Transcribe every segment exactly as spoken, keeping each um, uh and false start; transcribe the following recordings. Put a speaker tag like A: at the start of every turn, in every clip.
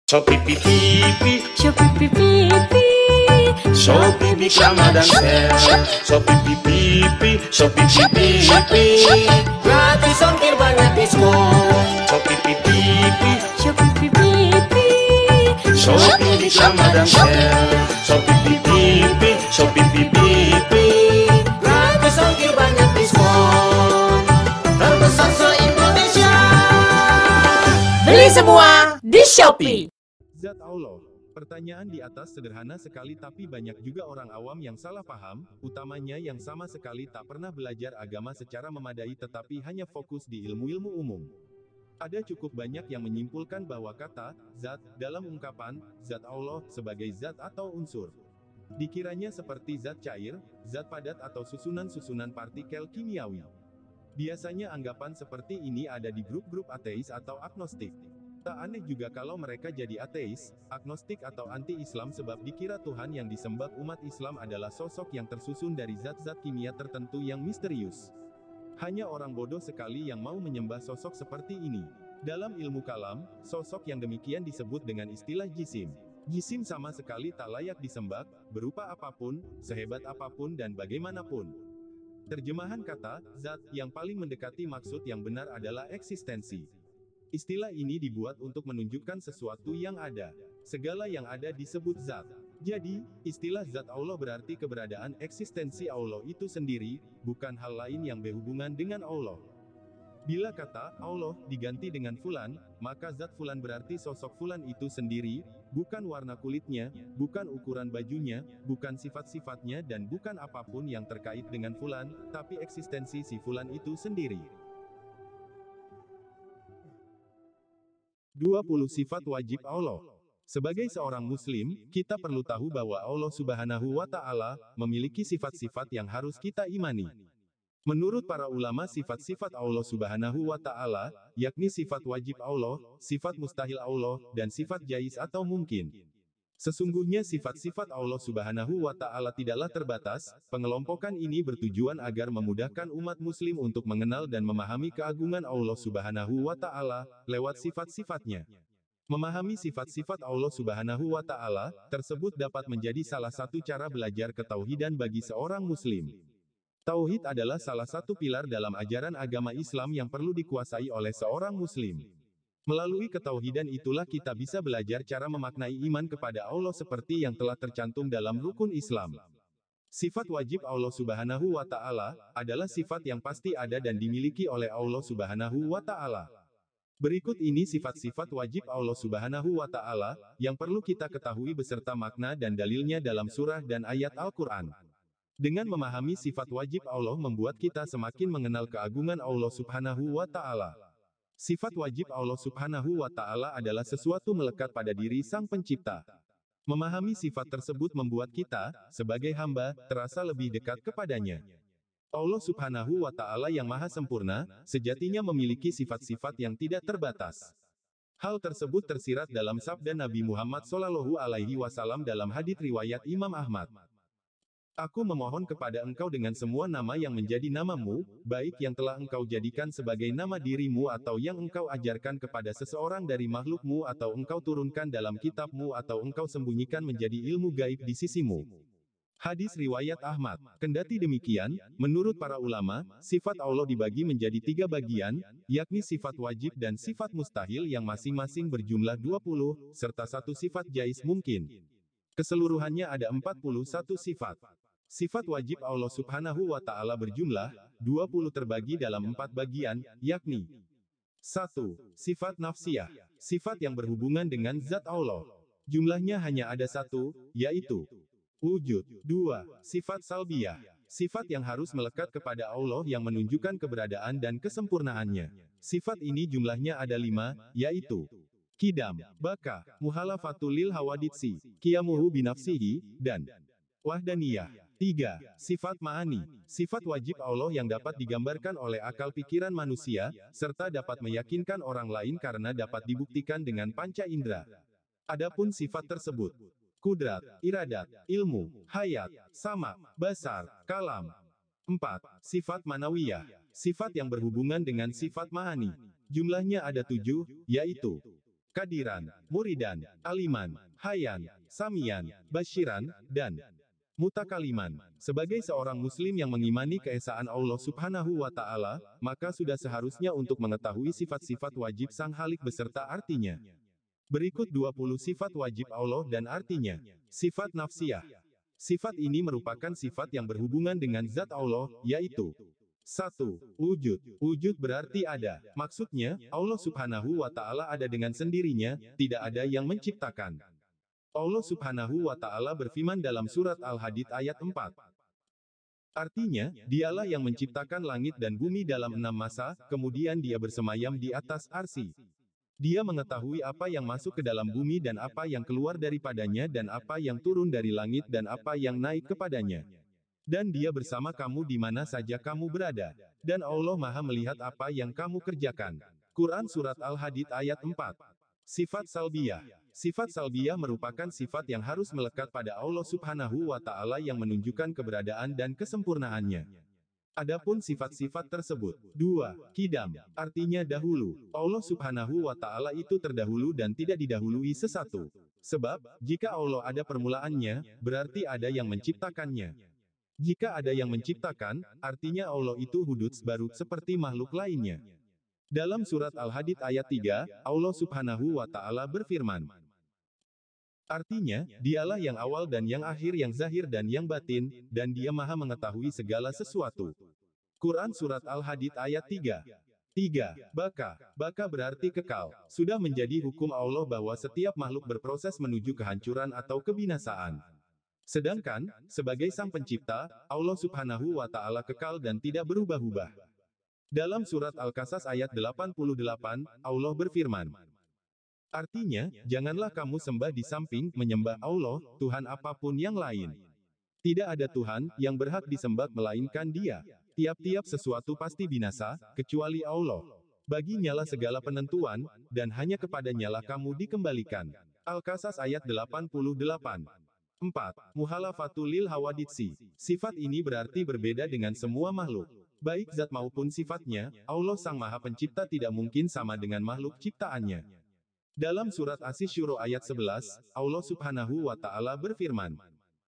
A: Shopee pipi,
B: Shopee pipi,
A: Shopee Big Ramadan Sale. Shopee pipi, Shopee pipi, gratis ongkir banyak diskon. Shopee pipi,
B: Shopee pipi,
A: Shopee Big Ramadan Sale. Shopee pipi, Shopee pipi, gratis ongkir banyak diskon. Terbesar se-Indonesia.
B: beli semua di Shopee.
C: Zat Allah. Pertanyaan di atas sederhana sekali tapi banyak juga orang awam yang salah paham, utamanya yang sama sekali tak pernah belajar agama secara memadai tetapi hanya fokus di ilmu-ilmu umum. Ada cukup banyak yang menyimpulkan bahwa kata zat dalam ungkapan zat Allah sebagai zat atau unsur dikiranya seperti zat cair, zat padat atau susunan-susunan partikel kimiawi. Biasanya anggapan seperti ini ada di grup-grup ateis atau agnostik. Tak aneh juga kalau mereka jadi ateis, agnostik atau anti-Islam sebab dikira Tuhan yang disembah umat Islam adalah sosok yang tersusun dari zat-zat kimia tertentu yang misterius. Hanya orang bodoh sekali yang mau menyembah sosok seperti ini. Dalam ilmu kalam, sosok yang demikian disebut dengan istilah jisim. Jisim sama sekali tak layak disembah, berupa apapun, sehebat apapun dan bagaimanapun. Terjemahan kata zat yang paling mendekati maksud yang benar adalah eksistensi. Istilah ini dibuat untuk menunjukkan sesuatu yang ada. Segala yang ada disebut zat. Jadi, istilah zat Allah berarti keberadaan eksistensi Allah itu sendiri, bukan hal lain yang berhubungan dengan Allah. Bila kata Allah diganti dengan fulan, maka zat fulan berarti sosok fulan itu sendiri, bukan warna kulitnya, bukan ukuran bajunya, bukan sifat-sifatnya dan bukan apapun yang terkait dengan fulan, tapi eksistensi si fulan itu sendiri. dua puluh Sifat wajib Allah. Sebagai seorang muslim, kita perlu tahu bahwa Allah Subhanahu wa Ta'ala memiliki sifat-sifat yang harus kita imani. Menurut para ulama, sifat-sifat Allah Subhanahu wa Ta'ala, yakni sifat wajib Allah, sifat mustahil Allah, dan sifat jaiz atau mungkin. Sesungguhnya sifat-sifat Allah Subhanahu wa Ta'ala tidaklah terbatas. Pengelompokan ini bertujuan agar memudahkan umat muslim untuk mengenal dan memahami keagungan Allah Subhanahu wa Ta'ala lewat sifat-sifatnya. Memahami sifat-sifat Allah Subhanahu wa Ta'ala tersebut dapat menjadi salah satu cara belajar ketauhidan bagi seorang muslim. Tauhid adalah salah satu pilar dalam ajaran agama Islam yang perlu dikuasai oleh seorang muslim. Melalui ketauhidan itulah kita bisa belajar cara memaknai iman kepada Allah seperti yang telah tercantum dalam rukun Islam. Sifat wajib Allah Subhanahu wa Ta'ala adalah sifat yang pasti ada dan dimiliki oleh Allah Subhanahu wa Ta'ala. Berikut ini sifat-sifat wajib Allah Subhanahu wa Ta'ala yang perlu kita ketahui beserta makna dan dalilnya dalam surah dan ayat Al-Quran. Dengan memahami sifat wajib Allah membuat kita semakin mengenal keagungan Allah Subhanahu wa Ta'ala. Sifat wajib Allah Subhanahu wa Ta'ala adalah sesuatu melekat pada diri Sang Pencipta. Memahami sifat tersebut membuat kita, sebagai hamba, terasa lebih dekat kepadanya. Allah Subhanahu wa Ta'ala yang maha sempurna, sejatinya memiliki sifat-sifat yang tidak terbatas. Hal tersebut tersirat dalam sabda Nabi Muhammad shallallahu alaihi wasallam dalam hadits riwayat Imam Ahmad. Aku memohon kepada engkau dengan semua nama yang menjadi namamu, baik yang telah engkau jadikan sebagai nama dirimu atau yang engkau ajarkan kepada seseorang dari makhlukmu atau engkau turunkan dalam kitabmu atau engkau sembunyikan menjadi ilmu gaib di sisimu. Hadis riwayat Ahmad. Kendati demikian, menurut para ulama, sifat Allah dibagi menjadi tiga bagian, yakni sifat wajib dan sifat mustahil yang masing-masing berjumlah dua puluh, serta satu sifat jaiz mungkin. Keseluruhannya ada empat puluh satu sifat. Sifat wajib Allah Subhanahu wa Ta'ala berjumlah dua puluh terbagi dalam empat bagian, yakni satu. Sifat nafsiyah, sifat yang berhubungan dengan zat Allah. Jumlahnya hanya ada satu, yaitu wujud. dua. Sifat salbiyah, sifat yang harus melekat kepada Allah yang menunjukkan keberadaan dan kesempurnaannya. Sifat ini jumlahnya ada lima, yaitu kidam, baka, muhalafatul lil hawaditsi, qiyamuhu binafsihi, dan wahdaniyah. tiga. Sifat ma'ani, sifat wajib Allah yang dapat digambarkan oleh akal pikiran manusia, serta dapat meyakinkan orang lain karena dapat dibuktikan dengan panca indera. Adapun sifat tersebut, kudrat, iradat, ilmu, hayat, sama, basar, kalam. empat. Sifat manawiyah, sifat yang berhubungan dengan sifat ma'ani. Jumlahnya ada tujuh, yaitu Kadiran, Muridan, Aliman, Hayan, Samian, Basyiran, dan Mutakaliman. Sebagai seorang muslim yang mengimani keesaan Allah Subhanahu wa Ta'ala, maka sudah seharusnya untuk mengetahui sifat-sifat wajib Sang Khalik beserta artinya. Berikut dua puluh sifat wajib Allah dan artinya. Sifat nafsiyah. Sifat ini merupakan sifat yang berhubungan dengan zat Allah, yaitu satu. Wujud. Wujud berarti ada. Maksudnya, Allah Subhanahu wa Ta'ala ada dengan sendirinya, tidak ada yang menciptakan. Allah Subhanahu wa Ta'ala berfirman dalam surat Al-Hadid ayat empat. Artinya, dialah yang menciptakan langit dan bumi dalam enam masa, kemudian dia bersemayam di atas arsy. Dia mengetahui apa yang masuk ke dalam bumi dan apa yang keluar daripadanya dan apa yang turun dari langit dan apa yang naik kepadanya. Dan dia bersama kamu di mana saja kamu berada. Dan Allah Maha melihat apa yang kamu kerjakan. Quran Surat Al-Hadid ayat empat. Sifat salbiyah. Sifat salbiyah merupakan sifat yang harus melekat pada Allah Subhanahu wa Ta'ala yang menunjukkan keberadaan dan kesempurnaannya. Adapun sifat-sifat tersebut. Dua. Kidam. Artinya dahulu. Allah Subhanahu wa Ta'ala itu terdahulu dan tidak didahului sesuatu. Sebab, jika Allah ada permulaannya, berarti ada yang menciptakannya. Jika ada yang menciptakan, artinya Allah itu huduts baru seperti makhluk lainnya. Dalam surat Al-Hadid ayat tiga, Allah Subhanahu wa Ta'ala berfirman. Artinya, dialah yang awal dan yang akhir, yang zahir dan yang batin, dan dia maha mengetahui segala sesuatu. Quran Surat Al-Hadid ayat tiga. Tiga. Baka. Baka berarti kekal. Sudah menjadi hukum Allah bahwa setiap makhluk berproses menuju kehancuran atau kebinasaan. Sedangkan, sebagai Sang Pencipta, Allah Subhanahu wa Ta'ala kekal dan tidak berubah-ubah. Dalam surat Al-Qasas ayat delapan puluh delapan, Allah berfirman. Artinya, janganlah kamu sembah di samping, menyembah Allah, Tuhan apapun yang lain. Tidak ada Tuhan yang berhak disembah melainkan Dia. Tiap-tiap sesuatu pasti binasa, kecuali Allah. Baginyalah segala penentuan, dan hanya kepadanyalah kamu dikembalikan. Al-Qasas ayat delapan puluh delapan. empat. Muhalafatul lil hawaditsi. Sifat ini berarti berbeda dengan semua makhluk. Baik zat maupun sifatnya, Allah Sang Maha Pencipta tidak mungkin sama dengan makhluk ciptaannya. Dalam surat Asy-Syura ayat sebelas, Allah Subhanahu wa Ta'ala berfirman.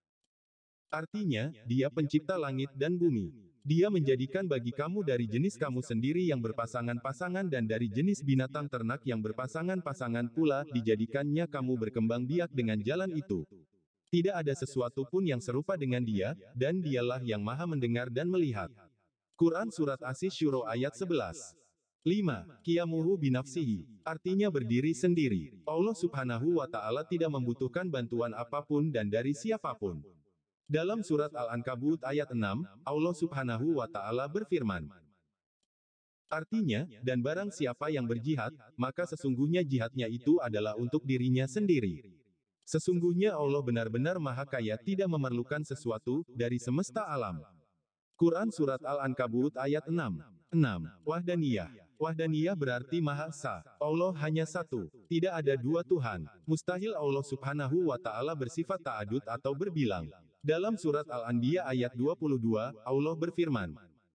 C: Artinya, Dia pencipta langit dan bumi. Dia menjadikan bagi kamu dari jenis kamu sendiri yang berpasangan-pasangan dan dari jenis binatang ternak yang berpasangan-pasangan pula, dijadikannya kamu berkembang biak dengan jalan itu. Tidak ada sesuatu pun yang serupa dengan Dia, dan Dialah yang maha mendengar dan melihat. Quran Surat Asy-Syura ayat sebelas. lima. Qiyamuhu binafsihi. Artinya berdiri sendiri. Allah Subhanahu wa Ta'ala tidak membutuhkan bantuan apapun dan dari siapapun. Dalam surat Al-Ankabut ayat enam, Allah Subhanahu wa Ta'ala berfirman. Artinya, dan barang siapa yang berjihad, maka sesungguhnya jihadnya itu adalah untuk dirinya sendiri. Sesungguhnya Allah benar-benar maha kaya, tidak memerlukan sesuatu dari semesta alam. Quran Surat Al-Ankabut ayat enam. enam. Wahdaniyah. Wahdaniyah berarti Maha Esa. Allah hanya satu. Tidak ada dua Tuhan. Mustahil Allah Subhanahu wa Ta'ala bersifat ta'adud atau berbilang. Dalam surat Al-Anbiya ayat dua puluh dua, Allah berfirman.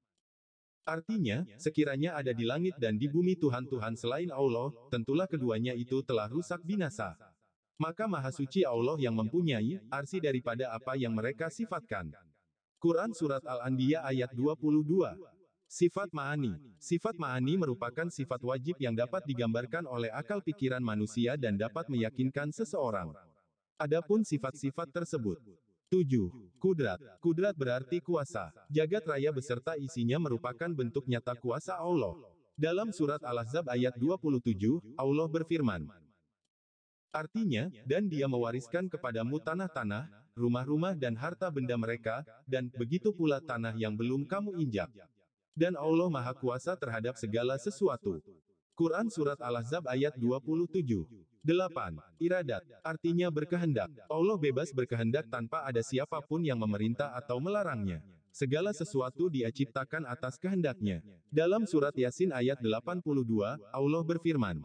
C: Artinya, sekiranya ada di langit dan di bumi Tuhan-Tuhan selain Allah, tentulah keduanya itu telah rusak binasa. Maka Maha Suci Allah yang mempunyai arsy daripada apa yang mereka sifatkan. Quran Surat Al-Anbiya ayat dua puluh dua. Sifat ma'ani. Sifat ma'ani merupakan sifat wajib yang dapat digambarkan oleh akal pikiran manusia dan dapat meyakinkan seseorang. Adapun sifat-sifat tersebut. tujuh. Kudrat. Kudrat berarti kuasa. Jagat raya beserta isinya merupakan bentuk nyata kuasa Allah. Dalam surat Al-Ahzab ayat dua puluh tujuh, Allah berfirman. Artinya, dan Dia mewariskan kepadamu tanah-tanah, rumah-rumah dan harta benda mereka, dan begitu pula tanah yang belum kamu injak. Dan Allah Maha Kuasa terhadap segala sesuatu. Quran Surat Al-Ahzab ayat dua puluh tujuh. delapan. Iradat. Artinya berkehendak. Allah bebas berkehendak tanpa ada siapapun yang memerintah atau melarangnya. Segala sesuatu Dia ciptakan atas kehendaknya. Dalam surat Yasin ayat delapan puluh dua, Allah berfirman.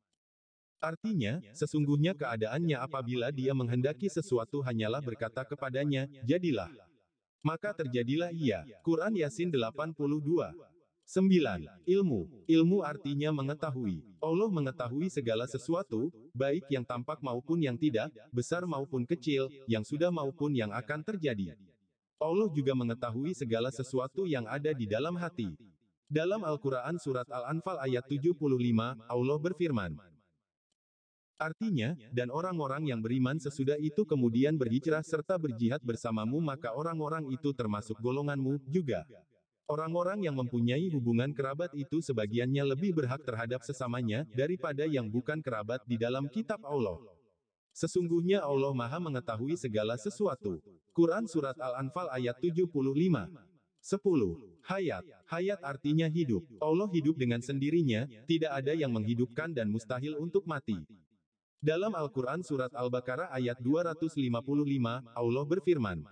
C: Artinya, sesungguhnya keadaannya apabila Dia menghendaki sesuatu hanyalah berkata kepadanya, jadilah. Maka terjadilah ia. Quran Yasin delapan puluh dua. Sembilan. Ilmu. Ilmu artinya mengetahui. Allah mengetahui segala sesuatu, baik yang tampak maupun yang tidak, besar maupun kecil, yang sudah maupun yang akan terjadi. Allah juga mengetahui segala sesuatu yang ada di dalam hati. Dalam Al-Quran Surat Al-Anfal ayat tujuh puluh lima, Allah berfirman. Artinya, dan orang-orang yang beriman sesudah itu kemudian berhijrah serta berjihad bersamamu maka orang-orang itu termasuk golonganmu juga. Orang-orang yang mempunyai hubungan kerabat itu sebagiannya lebih berhak terhadap sesamanya, daripada yang bukan kerabat di dalam kitab Allah. Sesungguhnya Allah Maha mengetahui segala sesuatu. Quran Surat Al-Anfal ayat tujuh puluh lima. sepuluh. Hayat. Hayat artinya hidup. Allah hidup dengan sendirinya, tidak ada yang menghidupkan dan mustahil untuk mati. Dalam Al-Quran Surat Al-Baqarah ayat dua ratus lima puluh lima, Allah berfirman.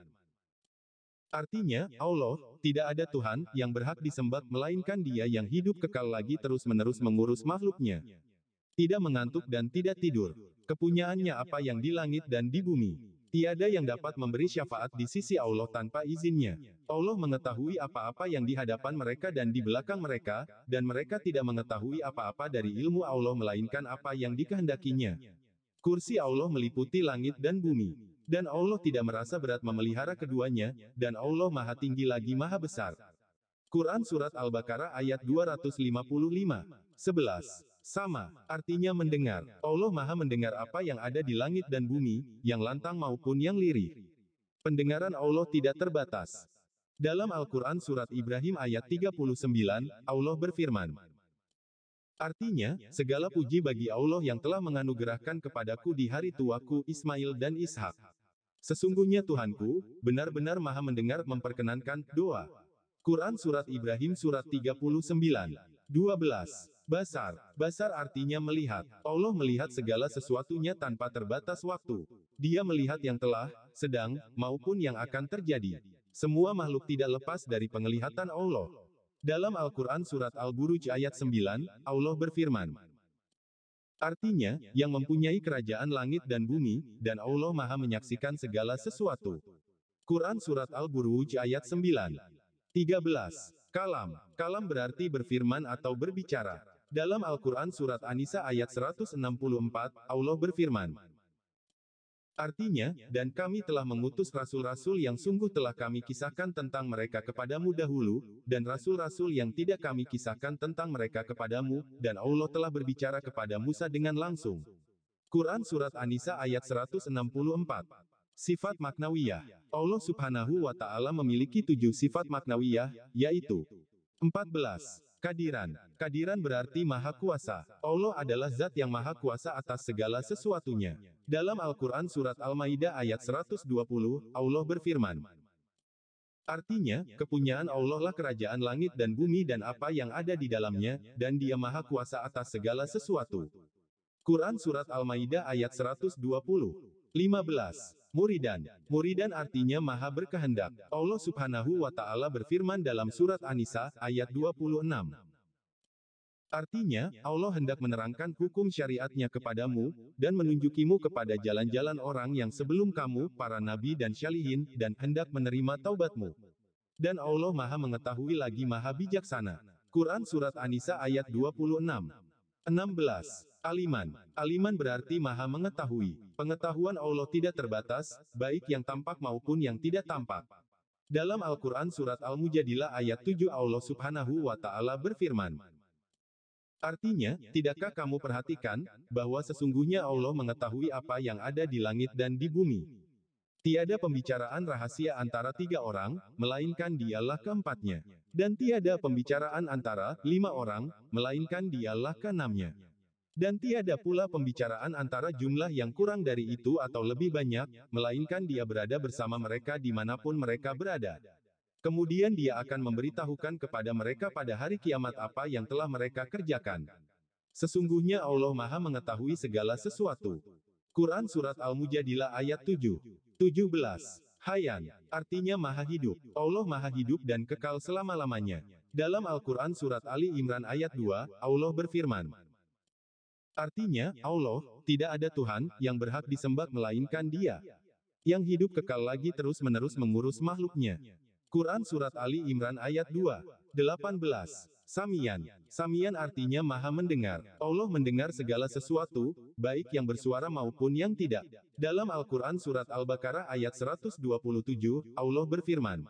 C: Artinya, Allah, tidak ada Tuhan, yang berhak disembah, melainkan Dia yang hidup kekal lagi terus-menerus mengurus makhluknya. Tidak mengantuk dan tidak tidur. Kepunyaannya apa yang di langit dan di bumi. Tiada yang dapat memberi syafaat di sisi Allah tanpa izinnya. Allah mengetahui apa-apa yang di hadapan mereka dan di belakang mereka, dan mereka tidak mengetahui apa-apa dari ilmu Allah melainkan apa yang dikehendakinya. Kursi Allah meliputi langit dan bumi. Dan Allah tidak merasa berat memelihara keduanya, dan Allah Maha Tinggi lagi Maha Besar. Quran Surat Al-Baqarah ayat dua ratus lima puluh lima. sebelas. Sama, artinya mendengar. Allah Maha mendengar apa yang ada di langit dan bumi, yang lantang maupun yang lirih. Pendengaran Allah tidak terbatas. Dalam Al-Quran Surat Ibrahim ayat tiga puluh sembilan, Allah berfirman. Artinya, segala puji bagi Allah yang telah menganugerahkan kepadaku di hari tuaku Ismail dan Ishak. Sesungguhnya Tuhanku, benar-benar Maha mendengar memperkenankan doa. Quran Surat Ibrahim Surat tiga puluh sembilan. dua belas. Basar. Basar artinya melihat. Allah melihat segala sesuatunya tanpa terbatas waktu. Dia melihat yang telah, sedang, maupun yang akan terjadi. Semua makhluk tidak lepas dari penglihatan Allah. Dalam Al-Quran Surat Al-Buruj ayat sembilan, Allah berfirman. Artinya, yang mempunyai kerajaan langit dan bumi, dan Allah Maha menyaksikan segala sesuatu. Quran Surat Al-Buruj ayat sembilan. tiga belas. Kalam. Kalam berarti berfirman atau berbicara. Dalam Al-Quran Surat An-Nisa ayat seratus enam puluh empat, Allah berfirman. Artinya, dan kami telah mengutus rasul-rasul yang sungguh telah kami kisahkan tentang mereka kepadamu dahulu, dan rasul-rasul yang tidak kami kisahkan tentang mereka kepadamu, dan Allah telah berbicara kepada Musa dengan langsung. Quran Surat An-Nisa ayat seratus enam puluh empat. Sifat maknawiyah. Allah Subhanahu wa Ta'ala memiliki tujuh sifat maknawiyah, yaitu empat belas. Kadiran. Kadiran berarti maha kuasa. Allah adalah zat yang maha kuasa atas segala sesuatunya. Dalam Al-Quran Surat Al-Maidah ayat seratus dua puluh, Allah berfirman. Artinya, kepunyaan Allah lah kerajaan langit dan bumi dan apa yang ada di dalamnya, dan Dia maha kuasa atas segala sesuatu. Quran Surat Al-Maidah ayat seratus dua puluh. lima belas. Muridan. Muridan artinya maha berkehendak. Allah Subhanahu wa Ta'ala berfirman dalam Surat An-Nisa ayat dua puluh enam. Artinya, Allah hendak menerangkan hukum syariatnya kepadamu, dan menunjukimu kepada jalan-jalan orang yang sebelum kamu, para nabi dan syalihin, dan hendak menerima taubatmu. Dan Allah Maha mengetahui lagi Maha bijaksana. Quran Surat An-Nisa ayat dua puluh enam. enam belas. Aliman. Aliman berarti maha mengetahui. Pengetahuan Allah tidak terbatas, baik yang tampak maupun yang tidak tampak. Dalam Al-Quran Surat Al-Mujadilah ayat tujuh Allah Subhanahu wa Ta'ala berfirman. Artinya, tidakkah kamu perhatikan, bahwa sesungguhnya Allah mengetahui apa yang ada di langit dan di bumi. Tiada pembicaraan rahasia antara tiga orang, melainkan Dialah keempatnya. Dan tiada pembicaraan antara lima orang, melainkan Dialah keenamnya. Dan tiada pula pembicaraan antara jumlah yang kurang dari itu atau lebih banyak, melainkan Dia berada bersama mereka dimanapun mereka berada. Kemudian Dia akan memberitahukan kepada mereka pada hari kiamat apa yang telah mereka kerjakan. Sesungguhnya Allah Maha mengetahui segala sesuatu. Quran Surat Al-Mujadilah ayat tujuh. tujuh belas. Hayan. Artinya maha hidup. Allah maha hidup dan kekal selama-lamanya. Dalam Al-Quran Surat Ali Imran ayat dua, Allah berfirman. Artinya, Allah, tidak ada Tuhan, yang berhak disembah melainkan Dia. Yang hidup kekal lagi terus-menerus mengurus makhluknya. Quran Surat Ali Imran ayat dua. delapan belas. Samian. Samian artinya maha mendengar. Allah mendengar segala sesuatu, baik yang bersuara maupun yang tidak. Dalam Al-Quran Surat Al-Baqarah ayat seratus dua puluh tujuh, Allah berfirman.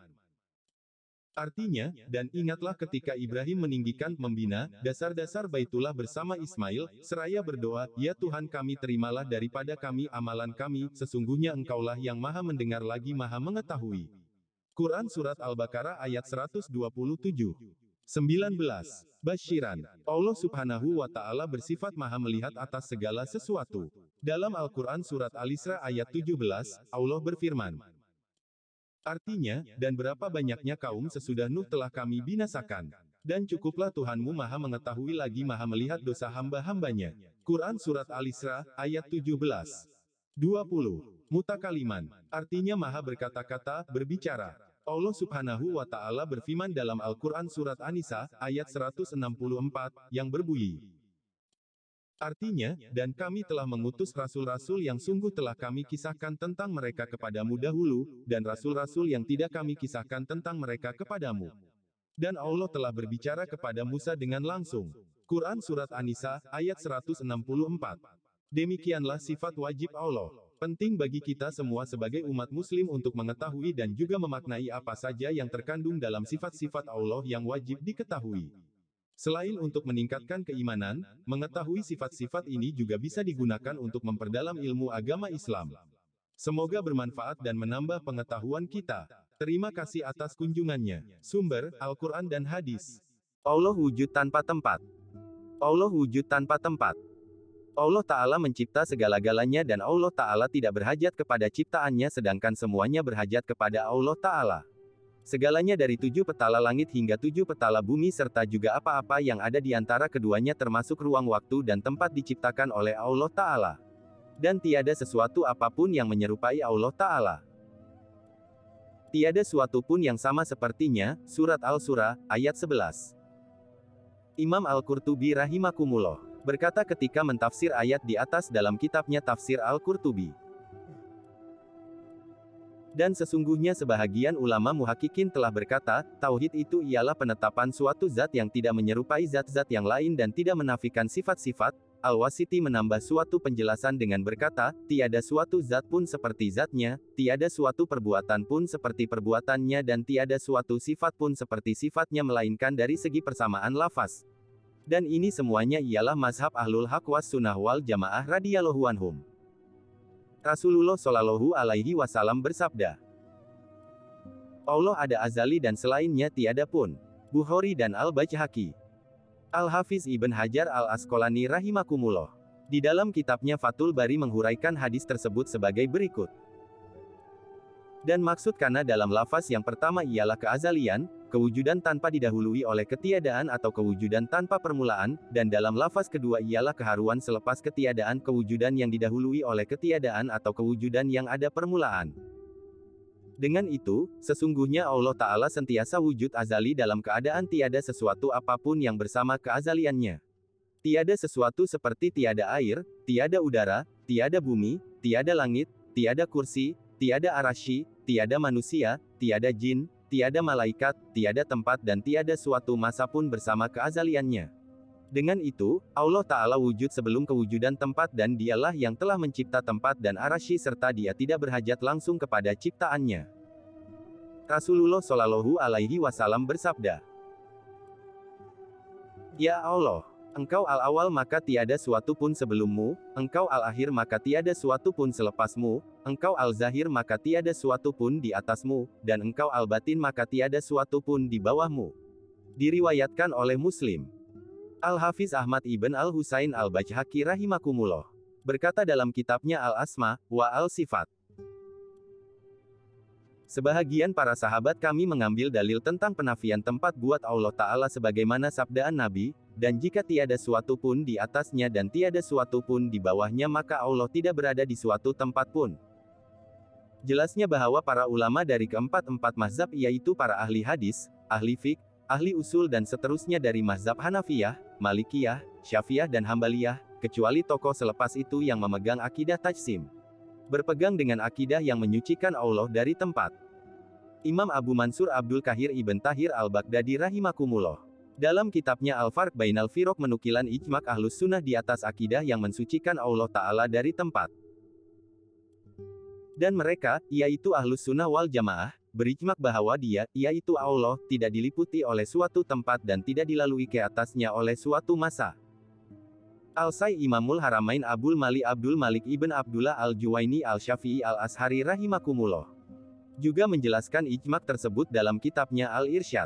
C: Artinya, dan ingatlah ketika Ibrahim meninggikan, membina, dasar-dasar Baitullah bersama Ismail, seraya berdoa, ya Tuhan kami terimalah daripada kami amalan kami, sesungguhnya Engkaulah yang maha mendengar lagi maha mengetahui. Quran Surat Al-Baqarah ayat seratus dua puluh tujuh. sembilan belas. Basyiran. Allah subhanahu wa ta'ala bersifat maha melihat atas segala sesuatu. Dalam Al-Quran Surat Al-Isra ayat tujuh belas, Allah berfirman. Artinya, dan berapa banyaknya kaum sesudah Nuh telah kami binasakan. Dan cukuplah Tuhanmu maha mengetahui lagi maha melihat dosa hamba-hambanya. Quran Surat Al-Isra, ayat tujuh belas. dua puluh. Mutakaliman. Artinya maha berkata-kata, berbicara. Allah subhanahu wa ta'ala berfirman dalam Al-Quran Surat An-Nisa, ayat seratus enam puluh empat, yang berbunyi. Artinya, dan kami telah mengutus rasul-rasul yang sungguh telah kami kisahkan tentang mereka kepadamu dahulu, dan rasul-rasul yang tidak kami kisahkan tentang mereka kepadamu. Dan Allah telah berbicara kepada Musa dengan langsung. Quran Surat An-Nisa, ayat seratus enam puluh empat. Demikianlah sifat wajib Allah. Penting bagi kita semua sebagai umat muslim untuk mengetahui dan juga memaknai apa saja yang terkandung dalam sifat-sifat Allah yang wajib diketahui. Selain untuk meningkatkan keimanan, mengetahui sifat-sifat ini juga bisa digunakan untuk memperdalam ilmu agama Islam. Semoga bermanfaat dan menambah pengetahuan kita. Terima kasih atas kunjungannya. Sumber, Al-Quran dan Hadis.
D: Allah wujud tanpa tempat. Allah wujud tanpa tempat. Allah Ta'ala mencipta segala-galanya dan Allah Ta'ala tidak berhajat kepada ciptaannya sedangkan semuanya berhajat kepada Allah Ta'ala. Segalanya dari tujuh petala langit hingga tujuh petala bumi serta juga apa-apa yang ada di antara keduanya termasuk ruang waktu dan tempat diciptakan oleh Allah Ta'ala. Dan tiada sesuatu apapun yang menyerupai Allah Ta'ala. Tiada suatu pun yang sama sepertinya, Surat Al-Surah, ayat sebelas. Imam Al-Qurtubi rahimakumullah berkata ketika mentafsir ayat di atas dalam kitabnya Tafsir Al-Qurtubi. Dan sesungguhnya sebahagian ulama muhakkikin telah berkata, tauhid itu ialah penetapan suatu zat yang tidak menyerupai zat-zat yang lain dan tidak menafikan sifat-sifat. Al-Wasiti menambah suatu penjelasan dengan berkata, tiada suatu zat pun seperti zatnya, tiada suatu perbuatan pun seperti perbuatannya dan tiada suatu sifat pun seperti sifatnya melainkan dari segi persamaan lafaz. Dan ini semuanya ialah mazhab Ahlul Haq was Sunnah wal Jamaah radhiyallahu anhum. Rasulullah shallallahu alaihi wasallam bersabda, Allah ada azali dan selainnya tiada pun. Bukhari dan Al-Baihaqi. Al-Hafiz Ibn Hajar Al-Asqalani rahimakumullah di dalam kitabnya Fathul Bari menghuraikan hadis tersebut sebagai berikut. Dan maksud karena dalam lafaz yang pertama ialah keazalian, kewujudan tanpa didahului oleh ketiadaan atau kewujudan tanpa permulaan, dan dalam lafaz kedua ialah keharuan selepas ketiadaan kewujudan yang didahului oleh ketiadaan atau kewujudan yang ada permulaan. Dengan itu, sesungguhnya Allah Ta'ala sentiasa wujud azali dalam keadaan tiada sesuatu apapun yang bersama keazaliannya. Tiada sesuatu seperti tiada air, tiada udara, tiada bumi, tiada langit, tiada kursi, tiada arasy, tiada manusia, tiada jin, tiada malaikat, tiada tempat dan tiada suatu masa pun bersama keazaliannya. Dengan itu, Allah Ta'ala wujud sebelum kewujudan tempat dan dialah yang telah mencipta tempat dan arasy serta dia tidak berhajat langsung kepada ciptaannya. Rasulullah Shallallahu alaihi wasallam bersabda, Ya Allah, Engkau al-awal maka tiada suatu pun sebelummu, Engkau al-akhir maka tiada suatu pun selepasmu, Engkau al-zahir maka tiada suatu pun di atasmu, dan Engkau al-batin maka tiada suatu pun di bawahmu. Diriwayatkan oleh Muslim. Al-Hafiz Ahmad Ibn Al-Husain Al-Baihaqi rahimakumullah berkata dalam kitabnya Al-Asma wa Al-Sifat. Sebahagian para sahabat kami mengambil dalil tentang penafian tempat buat Allah Ta'ala sebagaimana sabdaan Nabi, dan jika tiada suatu pun di atasnya dan tiada suatu pun di bawahnya maka Allah tidak berada di suatu tempat pun. Jelasnya bahwa para ulama dari keempat-empat mazhab yaitu para ahli hadis, ahli fiqh, ahli usul dan seterusnya dari mazhab Hanafiyah, Malikiyah, Syafi'iyah dan Hambaliyah, kecuali tokoh selepas itu yang memegang akidah tajsim. Berpegang dengan akidah yang menyucikan Allah dari tempat. Imam Abu Mansur Abdul Kahir Ibn Tahir Al-Baghdadi rahimakumullah Dalam kitabnya Al-Farq Bainal Firaq menukilan ijma' Ahlus Sunnah di atas akidah yang mensucikan Allah Ta'ala dari tempat. Dan mereka, yaitu Ahlus Sunnah wal Jamaah, berijma' bahwa dia, yaitu Allah, tidak diliputi oleh suatu tempat dan tidak dilalui ke atasnya oleh suatu masa. Al-Sai Imamul Haramain Abul Mali Abdul Malik Ibn Abdullah Al-Juwaini Al-Syafi'i Al-Ashari rahimakumullah juga menjelaskan ijma' tersebut dalam kitabnya Al-Irsyad.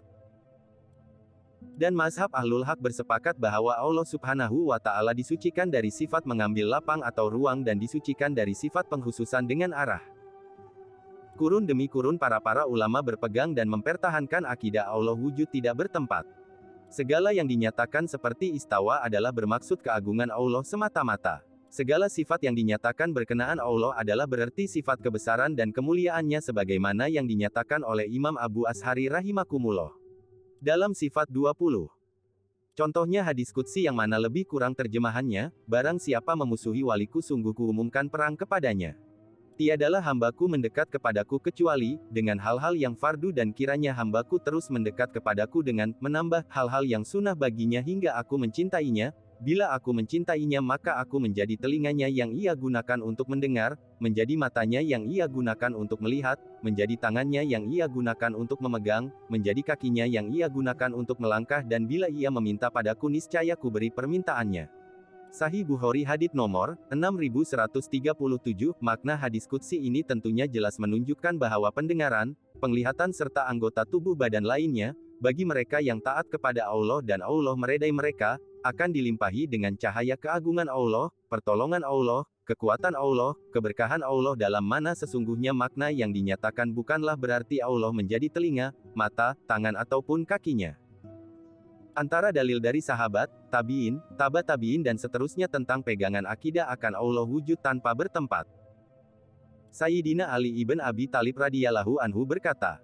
D: Dan mazhab Ahlul Haq bersepakat bahwa Allah Subhanahu wa Ta'ala disucikan dari sifat mengambil lapang atau ruang dan disucikan dari sifat penghususan dengan arah. Kurun demi kurun para-para ulama berpegang dan mempertahankan akidah Allah wujud tidak bertempat. Segala yang dinyatakan seperti istawa adalah bermaksud keagungan Allah semata-mata. Segala sifat yang dinyatakan berkenaan Allah adalah berarti sifat kebesaran dan kemuliaannya sebagaimana yang dinyatakan oleh Imam Abu Ashari rahimakumullah. Dalam sifat dua puluh. Contohnya hadis qudsi yang mana lebih kurang terjemahannya, barang siapa memusuhi waliku sungguh kuumumkan perang kepadanya. Tiadalah hambaku mendekat kepadaku kecuali, dengan hal-hal yang fardu dan kiranya hambaku terus mendekat kepadaku dengan, menambah, hal-hal yang sunnah baginya hingga aku mencintainya, bila aku mencintainya maka aku menjadi telinganya yang ia gunakan untuk mendengar, menjadi matanya yang ia gunakan untuk melihat, menjadi tangannya yang ia gunakan untuk memegang, menjadi kakinya yang ia gunakan untuk melangkah dan bila ia meminta padaku niscaya ku beri permintaannya. Sahih Bukhari hadits nomor enam ribu seratus tiga puluh tujuh, makna hadis qudsi ini tentunya jelas menunjukkan bahwa pendengaran, penglihatan serta anggota tubuh badan lainnya, bagi mereka yang taat kepada Allah dan Allah meredai mereka, akan dilimpahi dengan cahaya keagungan Allah, pertolongan Allah, kekuatan Allah, keberkahan Allah dalam mana sesungguhnya makna yang dinyatakan bukanlah berarti Allah menjadi telinga, mata, tangan ataupun kakinya. Antara dalil dari sahabat, tabi'in, taba tabi'in dan seterusnya tentang pegangan akidah akan Allah wujud tanpa bertempat. Sayyidina Ali ibn Abi Thalib radhiyallahu anhu berkata,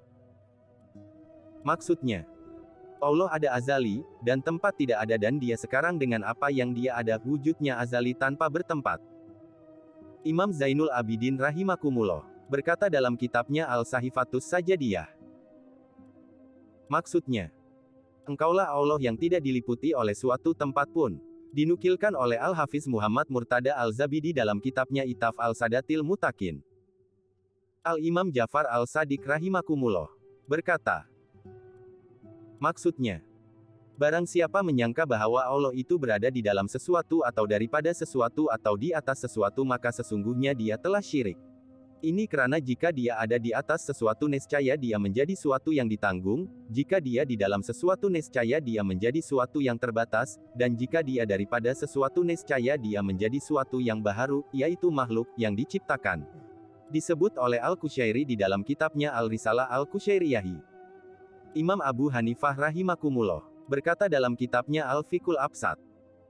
D: maksudnya, Allah ada azali, dan tempat tidak ada dan dia sekarang dengan apa yang dia ada, wujudnya azali tanpa bertempat. Imam Zainul Abidin rahimakumullah berkata dalam kitabnya Al-Sahifatus Sajadiyah. Maksudnya, engkaulah Allah yang tidak diliputi oleh suatu tempat pun. Dinukilkan oleh Al-Hafiz Muhammad Murtada Al-Zabidi dalam kitabnya Itaf Al-Sadatil Mutakin. Al-Imam Jafar Al-Sadiq rahimakumullah berkata, maksudnya, barang siapa menyangka bahwa Allah itu berada di dalam sesuatu atau daripada sesuatu atau di atas sesuatu maka sesungguhnya dia telah syirik. Ini karena jika dia ada di atas sesuatu nescaya dia menjadi suatu yang ditanggung, jika dia di dalam sesuatu nescaya dia menjadi suatu yang terbatas, dan jika dia daripada sesuatu nescaya dia menjadi suatu yang baharu, yaitu makhluk, yang diciptakan. Disebut oleh Al-Qushairi di dalam kitabnya Al-Risalah Al-Qushairiyahi. Imam Abu Hanifah rahimakumullah berkata dalam kitabnya Al-Fiqhul Absat.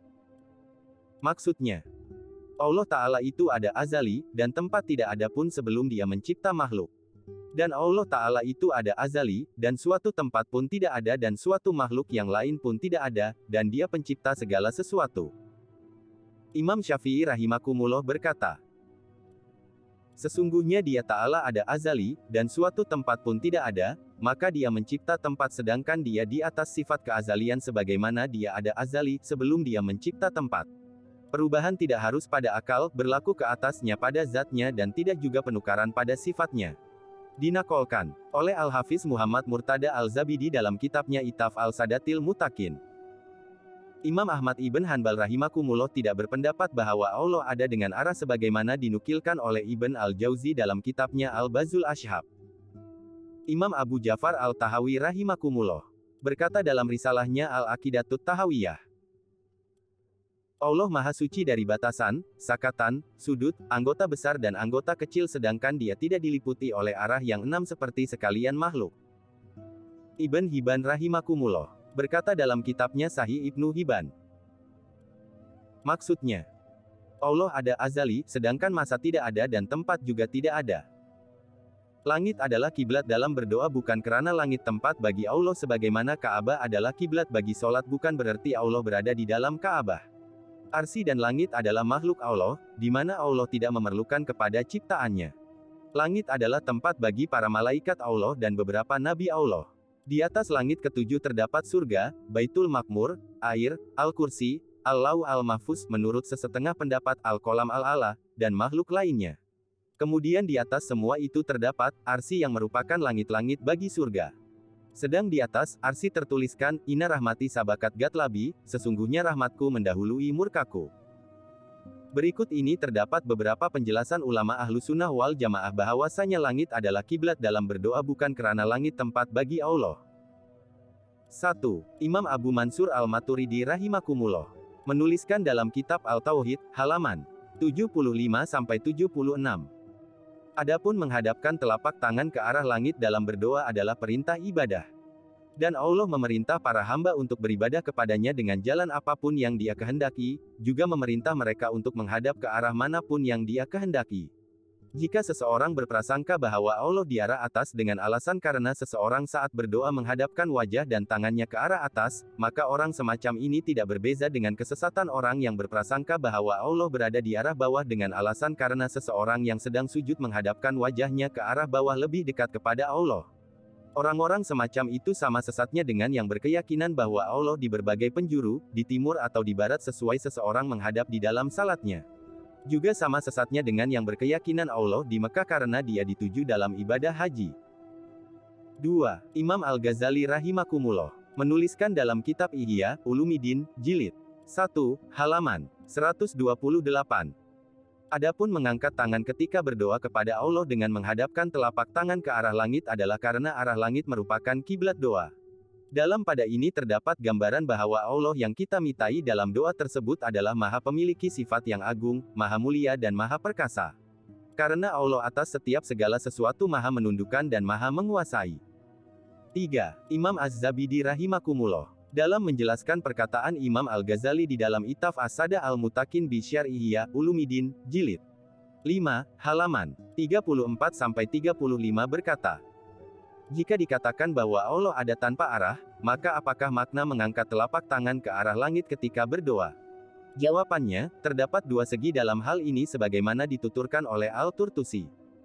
D: Maksudnya, Allah Ta'ala itu ada azali, dan tempat tidak ada pun sebelum dia mencipta makhluk. Dan Allah Ta'ala itu ada azali, dan suatu tempat pun tidak ada dan suatu makhluk yang lain pun tidak ada, dan dia pencipta segala sesuatu. Imam Syafi'i rahimakumullah berkata, sesungguhnya dia Ta'ala ada azali, dan suatu tempat pun tidak ada, maka dia mencipta tempat sedangkan dia di atas sifat keazalian sebagaimana dia ada azali, sebelum dia mencipta tempat. Perubahan tidak harus pada akal, berlaku ke atasnya pada zatnya dan tidak juga penukaran pada sifatnya. Dinakolkan oleh Al-Hafiz Muhammad Murtada Al-Zabidi dalam kitabnya Itaf Al-Sadatil Mutakin. Imam Ahmad ibn Hanbal rahimakumullah tidak berpendapat bahwa Allah ada dengan arah sebagaimana dinukilkan oleh Ibn Al-Jauzi dalam kitabnya Al-Bazul Ashhab. Imam Abu Ja'far Al-Tahawi rahimakumullah berkata dalam risalahnya Al-Aqidatut Tahawiyah. Allah Maha Suci dari batasan, sakatan, sudut, anggota besar dan anggota kecil sedangkan dia tidak diliputi oleh arah yang enam seperti sekalian makhluk. Ibn Hibban rahimakumullah berkata dalam kitabnya Sahih Ibnu Hibban. Maksudnya, Allah ada azali, sedangkan masa tidak ada dan tempat juga tidak ada. Langit adalah kiblat dalam berdoa bukan karena langit tempat bagi Allah sebagaimana Ka'bah adalah kiblat bagi sholat bukan berarti Allah berada di dalam Ka'bah. Arsy dan langit adalah makhluk Allah, di mana Allah tidak memerlukan kepada ciptaannya. Langit adalah tempat bagi para malaikat Allah dan beberapa nabi Allah. Di atas langit ketujuh terdapat surga, Baitul Makmur, air, Al-Kursi, Al-Lau Al-Mahfuz menurut sesetengah pendapat Al-Qolam Al-Ala, dan makhluk lainnya. Kemudian di atas semua itu terdapat arsy yang merupakan langit-langit bagi surga. Sedang di atas arsy tertuliskan, Ina rahmati sabakat gatlabi, sesungguhnya rahmatku mendahului murkaku. Berikut ini terdapat beberapa penjelasan ulama ahlu sunnah wal jamaah bahwasanya langit adalah kiblat dalam berdoa bukan karena langit tempat bagi Allah. satu. Imam Abu Mansur Al-Maturidi rahimakumullah menuliskan dalam kitab Al-Tauhid, halaman tujuh puluh lima sampai tujuh puluh enam. Adapun menghadapkan telapak tangan ke arah langit dalam berdoa adalah perintah ibadah. Dan Allah memerintah para hamba untuk beribadah kepadanya dengan jalan apapun yang Dia kehendaki, juga memerintah mereka untuk menghadap ke arah manapun yang Dia kehendaki. Jika seseorang berprasangka bahwa Allah di arah atas dengan alasan karena seseorang saat berdoa menghadapkan wajah dan tangannya ke arah atas, maka orang semacam ini tidak berbeza dengan kesesatan orang yang berprasangka bahwa Allah berada di arah bawah dengan alasan karena seseorang yang sedang sujud menghadapkan wajahnya ke arah bawah lebih dekat kepada Allah. Orang-orang semacam itu sama sesatnya dengan yang berkeyakinan bahwa Allah di berbagai penjuru, di timur atau di barat sesuai seseorang menghadap di dalam salatnya. Juga sama sesatnya dengan yang berkeyakinan Allah di Mekah karena Dia dituju dalam ibadah haji. dua. Imam Al-Ghazali rahimakumullah menuliskan dalam kitab Ihya Ulumuddin, jilid satu, halaman seratus dua puluh delapan. Adapun mengangkat tangan ketika berdoa kepada Allah dengan menghadapkan telapak tangan ke arah langit adalah karena arah langit merupakan kiblat doa. Dalam pada ini terdapat gambaran bahwa Allah yang kita mintai dalam doa tersebut adalah Maha Pemiliki sifat yang agung, Maha Mulia dan Maha Perkasa. Karena Allah atas setiap segala sesuatu Maha menundukkan dan Maha menguasai. tiga. Imam Az-Zabidi rahimakumullah dalam menjelaskan perkataan Imam Al-Ghazali di dalam Itaf As-Sada Al-Mutakin bi Syarh Ihya Ulumuddin, jilid lima, halaman tiga puluh empat sampai tiga puluh lima berkata, jika dikatakan bahwa Allah ada tanpa arah, maka apakah makna mengangkat telapak tangan ke arah langit ketika berdoa? Jawabannya, terdapat dua segi dalam hal ini sebagaimana dituturkan oleh Al-Turtusi.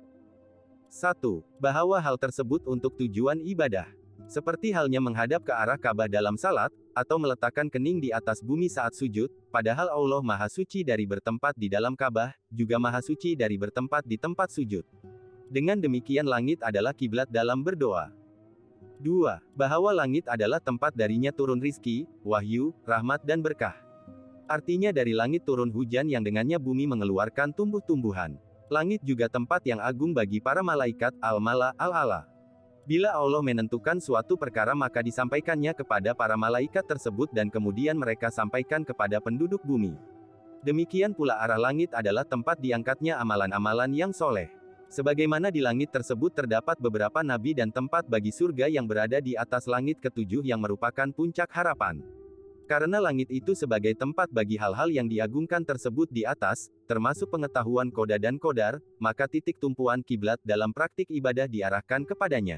D: satu. Bahwa hal tersebut untuk tujuan ibadah. Seperti halnya menghadap ke arah Ka'bah dalam salat, atau meletakkan kening di atas bumi saat sujud, padahal Allah Maha Suci dari bertempat di dalam Ka'bah, juga Maha Suci dari bertempat di tempat sujud. Dengan demikian langit adalah kiblat dalam berdoa. dua. Bahwa langit adalah tempat darinya turun rizki, wahyu, rahmat dan berkah. Artinya dari langit turun hujan yang dengannya bumi mengeluarkan tumbuh-tumbuhan. Langit juga tempat yang agung bagi para malaikat, al-mala, al-ala. Bila Allah menentukan suatu perkara maka disampaikannya kepada para malaikat tersebut dan kemudian mereka sampaikan kepada penduduk bumi. Demikian pula arah langit adalah tempat diangkatnya amalan-amalan yang soleh. Sebagaimana di langit tersebut terdapat beberapa nabi dan tempat bagi surga yang berada di atas langit ketujuh yang merupakan puncak harapan. Karena langit itu sebagai tempat bagi hal-hal yang diagungkan tersebut di atas, termasuk pengetahuan koda dan kodar, maka titik tumpuan kiblat dalam praktik ibadah diarahkan kepadanya.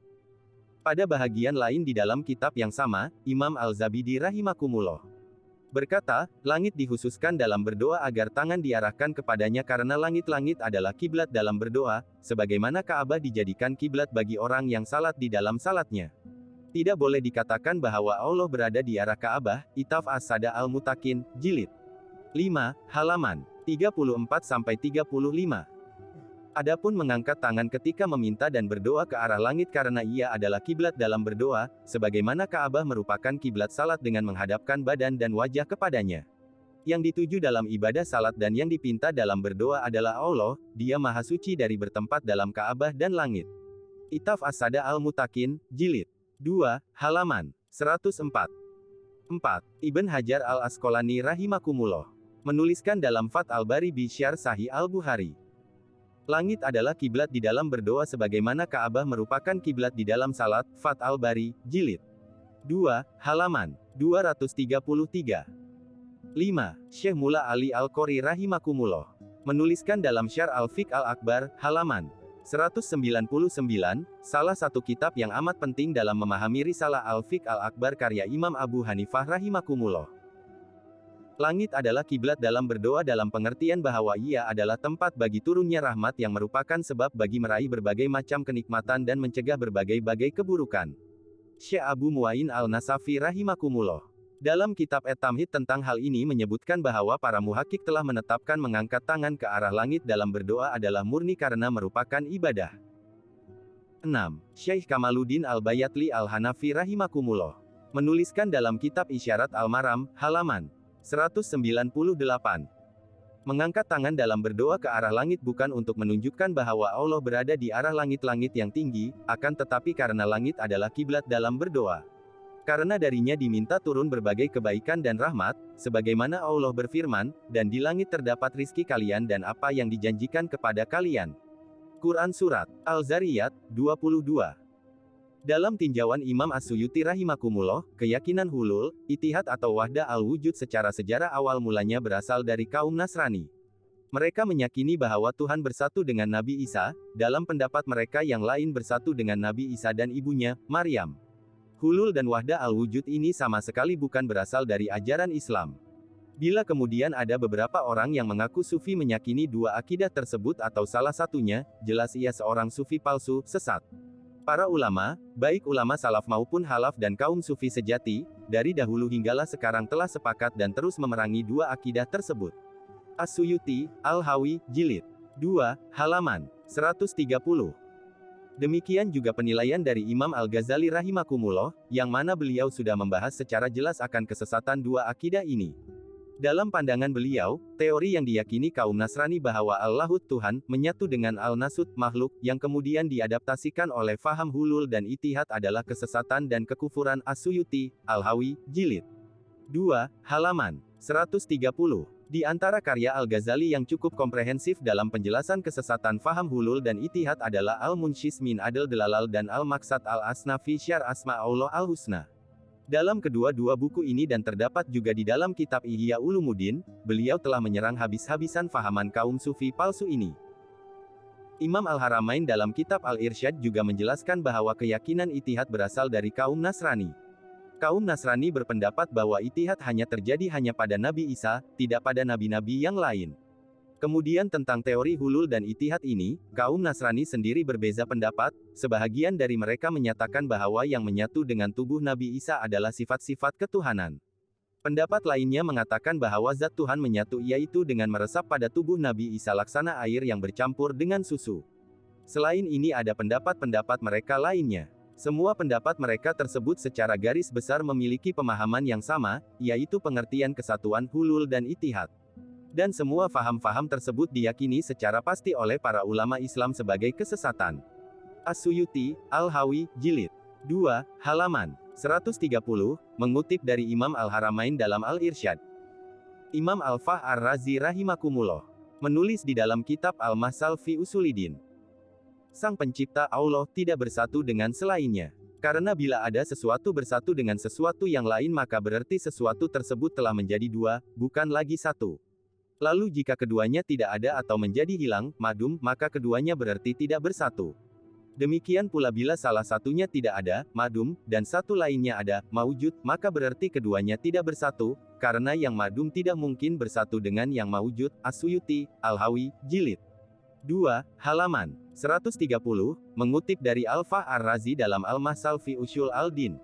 D: Pada bahagian lain di dalam kitab yang sama, Imam Al-Zabidi rahimakumullah berkata, langit dikhususkan dalam berdoa agar tangan diarahkan kepadanya karena langit-langit adalah kiblat dalam berdoa, sebagaimana Ka'bah dijadikan kiblat bagi orang yang salat di dalam salatnya. Tidak boleh dikatakan bahwa Allah berada di arah Ka'bah, Itaf As-Sada Al-Mutakin, jilid lima, halaman tiga puluh empat sampai tiga puluh lima. Adapun mengangkat tangan ketika meminta dan berdoa ke arah langit karena ia adalah kiblat dalam berdoa, sebagaimana Ka'bah merupakan kiblat salat dengan menghadapkan badan dan wajah kepadanya. Yang dituju dalam ibadah salat dan yang dipinta dalam berdoa adalah Allah, Dia Maha Suci dari bertempat dalam Ka'bah dan langit. Itaf As-Sada Al-Mutakin, jilid dua, halaman seratus empat. empat. Ibn Hajar Al-Asqalani rahimakumullah menuliskan dalam Fath Al-Bari bi Syarh Sahih Al-Bukhari. Langit adalah kiblat di dalam berdoa sebagaimana Ka'bah merupakan kiblat di dalam salat, Fath Al-Bari, jilid dua, halaman dua ratus tiga puluh tiga. lima. Syekh Mula Ali Al-Qori rahimakumullah menuliskan dalam Syarh Al-Fiqh Al-Akbar, halaman seratus sembilan puluh sembilan, salah satu kitab yang amat penting dalam memahami Risalah Al-Fiqh Al-Akbar karya Imam Abu Hanifah rahimakumullah. Langit adalah kiblat dalam berdoa dalam pengertian bahwa ia adalah tempat bagi turunnya rahmat yang merupakan sebab bagi meraih berbagai macam kenikmatan dan mencegah berbagai-bagai keburukan. Syekh Abu Muain al-Nasafi rahimakumullah. Dalam kitab At-Tamhid tentang hal ini menyebutkan bahwa para muhakik telah menetapkan mengangkat tangan ke arah langit dalam berdoa adalah murni karena merupakan ibadah. enam. Syekh Kamaluddin Al-Bayatli Al-Hanafi rahimakumullah menuliskan dalam kitab Isyarat Al-Maram, halaman seratus sembilan puluh delapan. Mengangkat tangan dalam berdoa ke arah langit bukan untuk menunjukkan bahwa Allah berada di arah langit-langit yang tinggi, akan tetapi karena langit adalah kiblat dalam berdoa. Karena darinya diminta turun berbagai kebaikan dan rahmat, sebagaimana Allah berfirman, dan di langit terdapat rizki kalian dan apa yang dijanjikan kepada kalian. Quran Surat Al-Zariyat, dua puluh dua. Dalam tinjauan Imam As-Suyuti rahimakumullah, keyakinan hulul, itihad atau wahdah al-wujud secara sejarah awal mulanya berasal dari kaum Nasrani. Mereka meyakini bahwa Tuhan bersatu dengan Nabi Isa, dalam pendapat mereka yang lain bersatu dengan Nabi Isa dan ibunya, Maryam. Hulul dan wahdah al-wujud ini sama sekali bukan berasal dari ajaran Islam. Bila kemudian ada beberapa orang yang mengaku sufi meyakini dua akidah tersebut atau salah satunya, jelas ia seorang sufi palsu, sesat. Para ulama, baik ulama salaf maupun halaf dan kaum sufi sejati, dari dahulu hinggalah sekarang telah sepakat dan terus memerangi dua akidah tersebut. As-Suyuti, Al-Hawi, Jilid dua, halaman seratus tiga puluh. Demikian juga penilaian dari Imam Al-Ghazali rahimakumullah, yang mana beliau sudah membahas secara jelas akan kesesatan dua akidah ini. Dalam pandangan beliau, teori yang diyakini kaum Nasrani bahwa Allahut Tuhan, menyatu dengan Al-Nasut, makhluk, yang kemudian diadaptasikan oleh faham hulul dan itihad adalah kesesatan dan kekufuran. As-Suyuti, Al-Hawi, Jilid dua, halaman seratus tiga puluh. Di antara karya Al-Ghazali yang cukup komprehensif dalam penjelasan kesesatan faham hulul dan itihad adalah Al-Munshis min Adl Delalal dan Al-Maqsad Al-Asnafi Syar Asma Allah Al-Husna. Dalam kedua-dua buku ini dan terdapat juga di dalam kitab Ihya Ulumuddin, beliau telah menyerang habis-habisan fahaman kaum sufi palsu ini. Imam Al-Haramain dalam kitab Al-Irsyad juga menjelaskan bahwa keyakinan itihad berasal dari kaum Nasrani. Kaum Nasrani berpendapat bahwa itihad hanya terjadi hanya pada Nabi Isa, tidak pada nabi-nabi yang lain. Kemudian tentang teori hulul dan itihad ini, kaum Nasrani sendiri berbeza pendapat, sebahagian dari mereka menyatakan bahwa yang menyatu dengan tubuh Nabi Isa adalah sifat-sifat ketuhanan. Pendapat lainnya mengatakan bahwa zat Tuhan menyatu yaitu dengan meresap pada tubuh Nabi Isa laksana air yang bercampur dengan susu. Selain ini ada pendapat-pendapat mereka lainnya. Semua pendapat mereka tersebut secara garis besar memiliki pemahaman yang sama, yaitu pengertian kesatuan hulul dan itihad. Dan semua faham-faham tersebut diyakini secara pasti oleh para ulama Islam sebagai kesesatan. As-Suyuti, Al-Hawi, Jilid dua, halaman seratus tiga puluh, mengutip dari Imam Al-Haramain dalam Al-Irsyad. Imam Al-Fakhr Ar-Razi rahimakumullah menulis di dalam kitab Al-Mahsal fi Usulidin. Sang pencipta Allah tidak bersatu dengan selainnya. Karena bila ada sesuatu bersatu dengan sesuatu yang lain maka berarti sesuatu tersebut telah menjadi dua, bukan lagi satu. Lalu jika keduanya tidak ada atau menjadi hilang, madum, maka keduanya berarti tidak bersatu. Demikian pula bila salah satunya tidak ada, madum, dan satu lainnya ada, maujud, maka berarti keduanya tidak bersatu, karena yang madum tidak mungkin bersatu dengan yang maujud. As-Suyuti, Al-Hawi, Jilid dua, halaman seratus tiga puluh, mengutip dari Al-Fakhr Ar-Razi dalam Al-Mahsal fi Usyul Al-Din.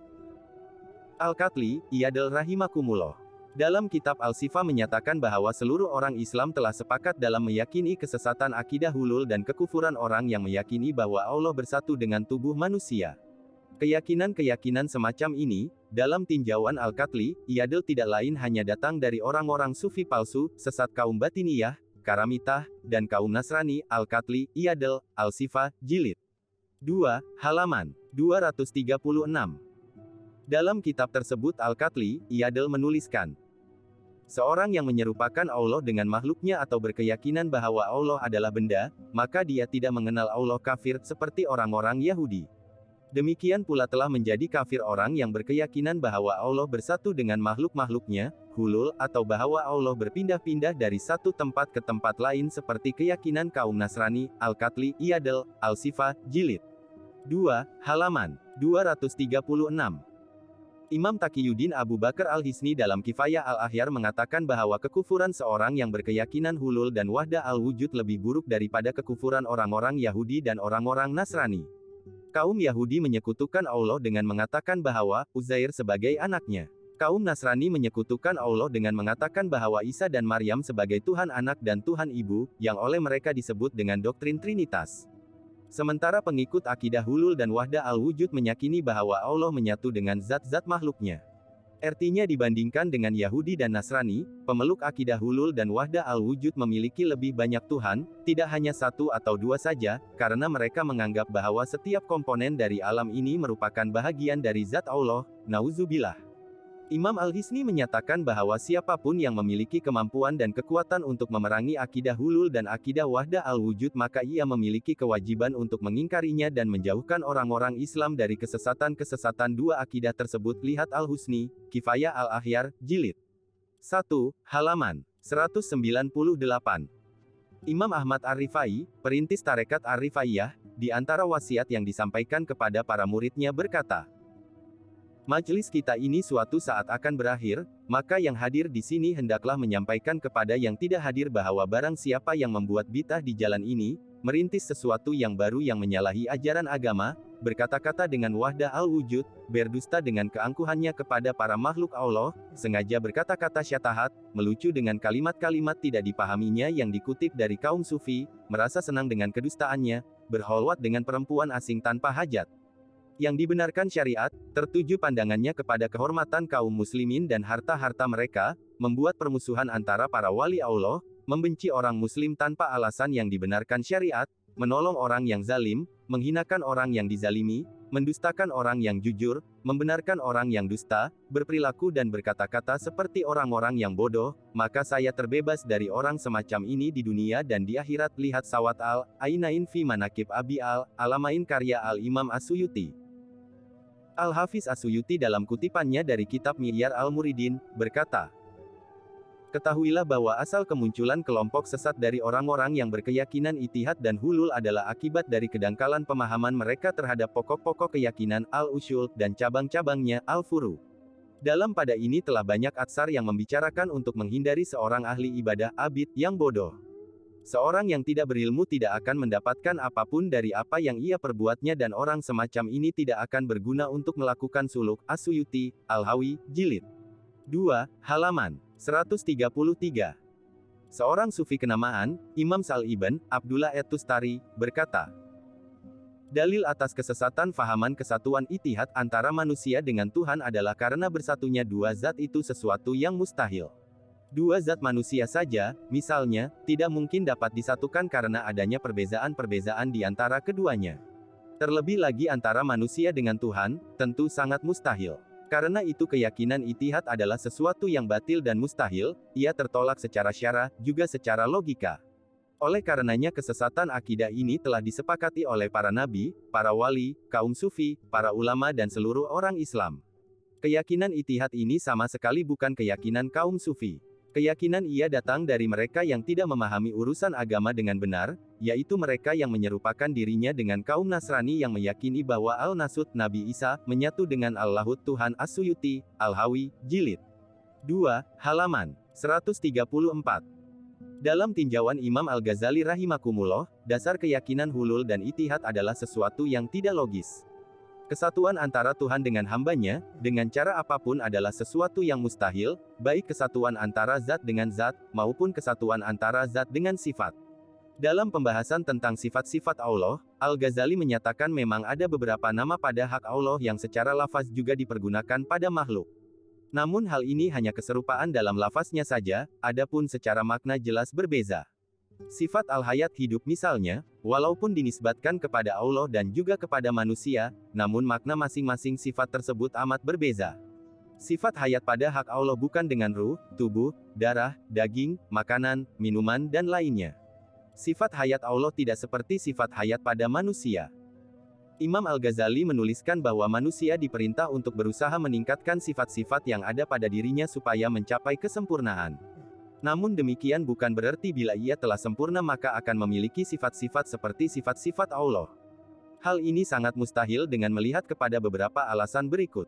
D: Al-Katli, Iyadul rahimakumullah, dalam kitab Al-Sifa menyatakan bahwa seluruh orang Islam telah sepakat dalam meyakini kesesatan akidah hulul dan kekufuran orang yang meyakini bahwa Allah bersatu dengan tubuh manusia. Keyakinan-keyakinan semacam ini, dalam tinjauan Al-Katli, Iyadul tidak lain hanya datang dari orang-orang sufi palsu, sesat kaum Batiniyah, Karamitah, dan kaum Nasrani. Al-Katli, Iyadul, Al-Sifa, Jilid dua, halaman dua ratus tiga puluh enam. Dalam kitab tersebut Al-Katli, Iyadul menuliskan, seorang yang menyerupakan Allah dengan makhluknya atau berkeyakinan bahwa Allah adalah benda, maka dia tidak mengenal Allah kafir, seperti orang-orang Yahudi. Demikian pula telah menjadi kafir orang yang berkeyakinan bahwa Allah bersatu dengan makhluk-makhluknya, hulul, atau bahwa Allah berpindah-pindah dari satu tempat ke tempat lain seperti keyakinan kaum Nasrani. Al-Katli, Iyadul, Al-Sifa, Jilid dua, halaman dua ratus tiga puluh enam. Imam Taqiyuddin Abu Bakar Al-Hisni dalam Kifayah Al-Ahyar mengatakan bahwa kekufuran seorang yang berkeyakinan hulul dan wahdah al-wujud lebih buruk daripada kekufuran orang-orang Yahudi dan orang-orang Nasrani. Kaum Yahudi menyekutukan Allah dengan mengatakan bahwa Uzair sebagai anaknya. Kaum Nasrani menyekutukan Allah dengan mengatakan bahwa Isa dan Maryam sebagai Tuhan Anak dan Tuhan Ibu, yang oleh mereka disebut dengan doktrin Trinitas. Sementara pengikut akidah hulul dan wahdah al-wujud meyakini bahwa Allah menyatu dengan zat-zat makhluknya. Artinya dibandingkan dengan Yahudi dan Nasrani, pemeluk akidah hulul dan wahdah al-wujud memiliki lebih banyak Tuhan, tidak hanya satu atau dua saja, karena mereka menganggap bahwa setiap komponen dari alam ini merupakan bahagian dari zat Allah, nauzubillah. Imam Al-Hisni menyatakan bahwa siapapun yang memiliki kemampuan dan kekuatan untuk memerangi akidah hulul dan akidah wahdah al-wujud maka ia memiliki kewajiban untuk mengingkarinya dan menjauhkan orang-orang Islam dari kesesatan-kesesatan dua akidah tersebut. Lihat Al-Husni, Kifayah Al-Ahyar, Jilid satu, halaman seratus sembilan puluh delapan. Imam Ahmad Ar-Rifai, perintis tarekat Ar-Rifaiyah, di antara wasiat yang disampaikan kepada para muridnya berkata, "Majelis kita ini suatu saat akan berakhir, maka yang hadir di sini hendaklah menyampaikan kepada yang tidak hadir bahwa barang siapa yang membuat bid'ah di jalan ini, merintis sesuatu yang baru yang menyalahi ajaran agama, berkata-kata dengan wahdah al-wujud, berdusta dengan keangkuhannya kepada para makhluk Allah, sengaja berkata-kata syatahat, melucu dengan kalimat-kalimat tidak dipahaminya yang dikutip dari kaum sufi, merasa senang dengan kedustaannya, berholwat dengan perempuan asing tanpa hajat. Yang dibenarkan syariat, tertuju pandangannya kepada kehormatan kaum muslimin dan harta-harta mereka, membuat permusuhan antara para wali Allah, membenci orang muslim tanpa alasan yang dibenarkan syariat, menolong orang yang zalim, menghinakan orang yang dizalimi, mendustakan orang yang jujur, membenarkan orang yang dusta, berperilaku dan berkata-kata seperti orang-orang yang bodoh, maka saya terbebas dari orang semacam ini di dunia dan di akhirat. Lihat Sawat al-Ainain fi Manaqib Abi al-Alamain karya Al-Imam As-Suyuti. Al-Hafiz As-Suyuti dalam kutipannya dari kitab Mi'yar Al-Muridin, berkata, "Ketahuilah bahwa asal kemunculan kelompok sesat dari orang-orang yang berkeyakinan itihad dan hulul adalah akibat dari kedangkalan pemahaman mereka terhadap pokok-pokok keyakinan al-usyul, dan cabang-cabangnya al-furu. Dalam pada ini telah banyak atsar yang membicarakan untuk menghindari seorang ahli ibadah abid yang bodoh. Seorang yang tidak berilmu tidak akan mendapatkan apapun dari apa yang ia perbuatnya dan orang semacam ini tidak akan berguna untuk melakukan suluk." As-Suyuti, Al-Hawi, Jilid dua, halaman seratus tiga puluh tiga. Seorang sufi kenamaan, Imam Sa'al Ibn Abdullah Et-Tustari, berkata, "Dalil atas kesesatan fahaman kesatuan itihad antara manusia dengan Tuhan adalah karena bersatunya dua zat itu sesuatu yang mustahil. Dua zat manusia saja, misalnya, tidak mungkin dapat disatukan karena adanya perbezaan-perbezaan di antara keduanya. Terlebih lagi antara manusia dengan Tuhan, tentu sangat mustahil. Karena itu keyakinan itihad adalah sesuatu yang batil dan mustahil, ia tertolak secara syara, juga secara logika. Oleh karenanya kesesatan akidah ini telah disepakati oleh para nabi, para wali, kaum sufi, para ulama dan seluruh orang Islam. Keyakinan itihad ini sama sekali bukan keyakinan kaum sufi. Keyakinan ia datang dari mereka yang tidak memahami urusan agama dengan benar, yaitu mereka yang menyerupakan dirinya dengan kaum Nasrani yang meyakini bahwa Al-Nasut, Nabi Isa, menyatu dengan Allahut Tuhan. As-Suyuti, Al-Hawi, Jilid dua, halaman seratus tiga puluh empat. Dalam tinjauan Imam Al-Ghazali rahimakumullah, dasar keyakinan hulul dan itihad adalah sesuatu yang tidak logis. Kesatuan antara Tuhan dengan hambanya, dengan cara apapun adalah sesuatu yang mustahil, baik kesatuan antara zat dengan zat, maupun kesatuan antara zat dengan sifat. Dalam pembahasan tentang sifat-sifat Allah, Al-Ghazali menyatakan memang ada beberapa nama pada hak Allah yang secara lafaz juga dipergunakan pada makhluk. Namun hal ini hanya keserupaan dalam lafaznya saja, adapun secara makna jelas berbeza. Sifat al-hayat hidup misalnya, walaupun dinisbatkan kepada Allah dan juga kepada manusia, namun makna masing-masing sifat tersebut amat berbeza. Sifat hayat pada hak Allah bukan dengan ruh, tubuh, darah, daging, makanan, minuman dan lainnya. Sifat hayat Allah tidak seperti sifat hayat pada manusia. Imam Al-Ghazali menuliskan bahwa manusia diperintah untuk berusaha meningkatkan sifat-sifat yang ada pada dirinya supaya mencapai kesempurnaan. Namun demikian bukan berarti bila ia telah sempurna maka akan memiliki sifat-sifat seperti sifat-sifat Allah. Hal ini sangat mustahil dengan melihat kepada beberapa alasan berikut.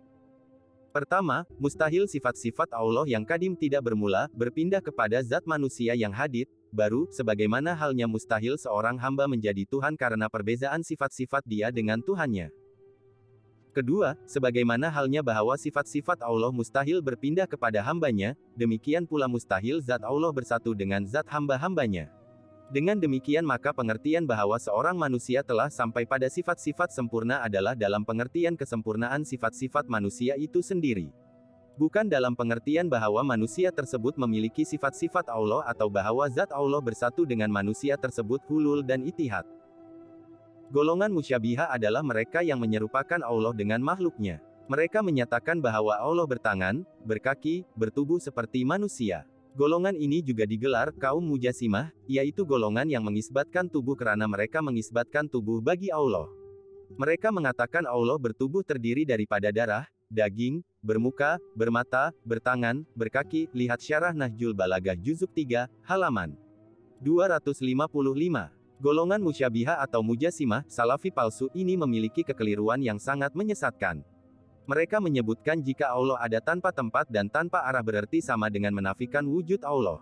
D: Pertama, mustahil sifat-sifat Allah yang kadim tidak bermula, berpindah kepada zat manusia yang hadith, baru, sebagaimana halnya mustahil seorang hamba menjadi Tuhan karena perbezaan sifat-sifat dia dengan Tuhannya. Kedua, sebagaimana halnya bahwa sifat-sifat Allah mustahil berpindah kepada hambanya, demikian pula mustahil zat Allah bersatu dengan zat hamba-hambanya. Dengan demikian maka pengertian bahwa seorang manusia telah sampai pada sifat-sifat sempurna adalah dalam pengertian kesempurnaan sifat-sifat manusia itu sendiri. Bukan dalam pengertian bahwa manusia tersebut memiliki sifat-sifat Allah atau bahwa zat Allah bersatu dengan manusia tersebut hulul dan itihad. Golongan musyabihah adalah mereka yang menyerupakan Allah dengan makhluknya. Mereka menyatakan bahwa Allah bertangan, berkaki, bertubuh seperti manusia. Golongan ini juga digelar kaum mujasimah, yaitu golongan yang mengisbatkan tubuh karena mereka mengisbatkan tubuh bagi Allah. Mereka mengatakan Allah bertubuh terdiri daripada darah, daging, bermuka, bermata, bertangan, berkaki. Lihat Syarah Nahjul Balagah Juzuk tiga, halaman dua ratus lima puluh lima. Golongan musyabihah atau mujasimah, salafi palsu ini memiliki kekeliruan yang sangat menyesatkan. Mereka menyebutkan jika Allah ada tanpa tempat dan tanpa arah berarti sama dengan menafikan wujud Allah.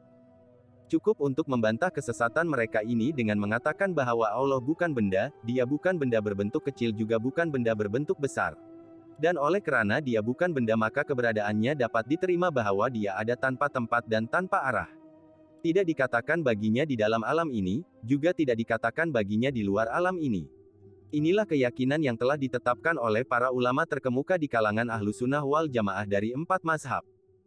D: Cukup untuk membantah kesesatan mereka ini dengan mengatakan bahwa Allah bukan benda, dia bukan benda berbentuk kecil juga bukan benda berbentuk besar. Dan oleh kerana dia bukan benda maka keberadaannya dapat diterima bahwa dia ada tanpa tempat dan tanpa arah. Tidak dikatakan baginya di dalam alam ini, juga tidak dikatakan baginya di luar alam ini. Inilah keyakinan yang telah ditetapkan oleh para ulama terkemuka di kalangan Ahlussunnah wal Jamaah dari empat mazhab.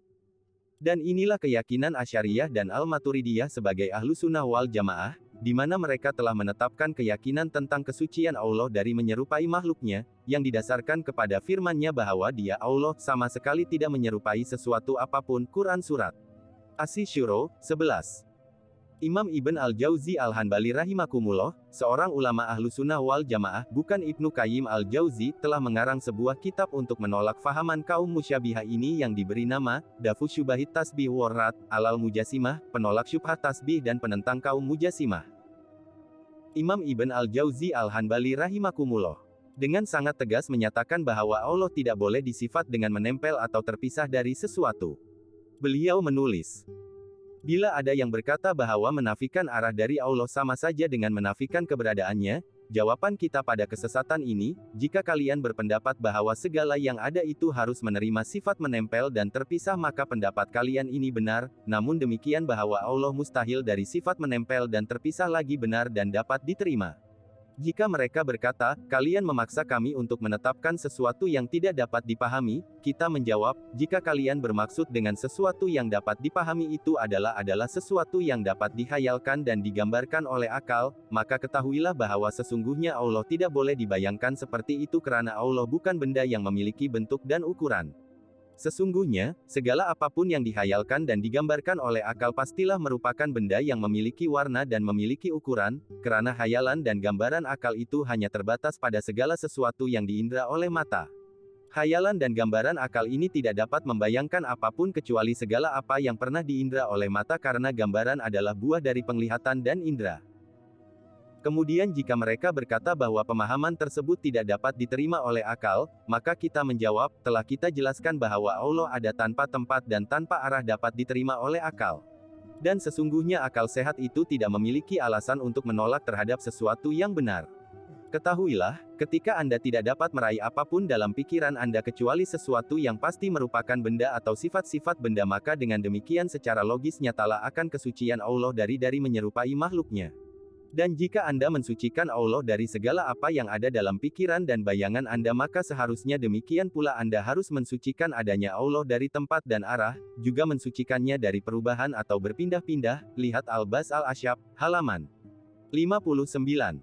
D: Dan inilah keyakinan Asy'ariyah dan Al-Maturidiyah sebagai Ahlussunnah wal Jamaah, di mana mereka telah menetapkan keyakinan tentang kesucian Allah dari menyerupai makhluknya, yang didasarkan kepada firman-Nya bahwa Dia Allah sama sekali tidak menyerupai sesuatu apapun. Quran Surat Asy-Syura sebelas. Imam Ibn Al-Jauzi Al-Hanbali rahimakumullah, seorang ulama Ahlussunnah wal Jamaah, bukan Ibnu Qayyim Al-Jauzi, telah mengarang sebuah kitab untuk menolak fahaman kaum musyabihah ini yang diberi nama, Dafu Syubahit Tasbih Warrad, Alal Mujasimah, penolak syubhat tasbih dan penentang kaum mujasimah. Imam Ibn Al-Jauzi Al-Hanbali rahimakumullah, dengan sangat tegas menyatakan bahwa Allah tidak boleh disifat dengan menempel atau terpisah dari sesuatu. Beliau menulis, bila ada yang berkata bahwa menafikan arah dari Allah sama saja dengan menafikan keberadaannya, jawaban kita pada kesesatan ini, jika kalian berpendapat bahwa segala yang ada itu harus menerima sifat menempel dan terpisah maka pendapat kalian ini benar, namun demikian bahwa Allah mustahil dari sifat menempel dan terpisah lagi benar dan dapat diterima. Jika mereka berkata, kalian memaksa kami untuk menetapkan sesuatu yang tidak dapat dipahami, kita menjawab, jika kalian bermaksud dengan sesuatu yang dapat dipahami itu adalah adalah sesuatu yang dapat dihayalkan dan digambarkan oleh akal, maka ketahuilah bahwa sesungguhnya Allah tidak boleh dibayangkan seperti itu karena Allah bukan benda yang memiliki bentuk dan ukuran. Sesungguhnya, segala apapun yang dihayalkan dan digambarkan oleh akal pastilah merupakan benda yang memiliki warna dan memiliki ukuran, karena hayalan dan gambaran akal itu hanya terbatas pada segala sesuatu yang diindra oleh mata. Hayalan dan gambaran akal ini tidak dapat membayangkan apapun kecuali segala apa yang pernah diindra oleh mata karena gambaran adalah buah dari penglihatan dan indra. Kemudian jika mereka berkata bahwa pemahaman tersebut tidak dapat diterima oleh akal, maka kita menjawab, telah kita jelaskan bahwa Allah ada tanpa tempat dan tanpa arah dapat diterima oleh akal. Dan sesungguhnya akal sehat itu tidak memiliki alasan untuk menolak terhadap sesuatu yang benar. Ketahuilah, ketika Anda tidak dapat meraih apapun dalam pikiran Anda kecuali sesuatu yang pasti merupakan benda atau sifat-sifat benda maka dengan demikian secara logis nyatalah akan kesucian Allah dari dari menyerupai makhluknya. Dan jika Anda mensucikan Allah dari segala apa yang ada dalam pikiran dan bayangan Anda maka seharusnya demikian pula Anda harus mensucikan adanya Allah dari tempat dan arah, juga mensucikannya dari perubahan atau berpindah-pindah. Lihat Al-Bas Al-Asyab, halaman lima puluh sembilan.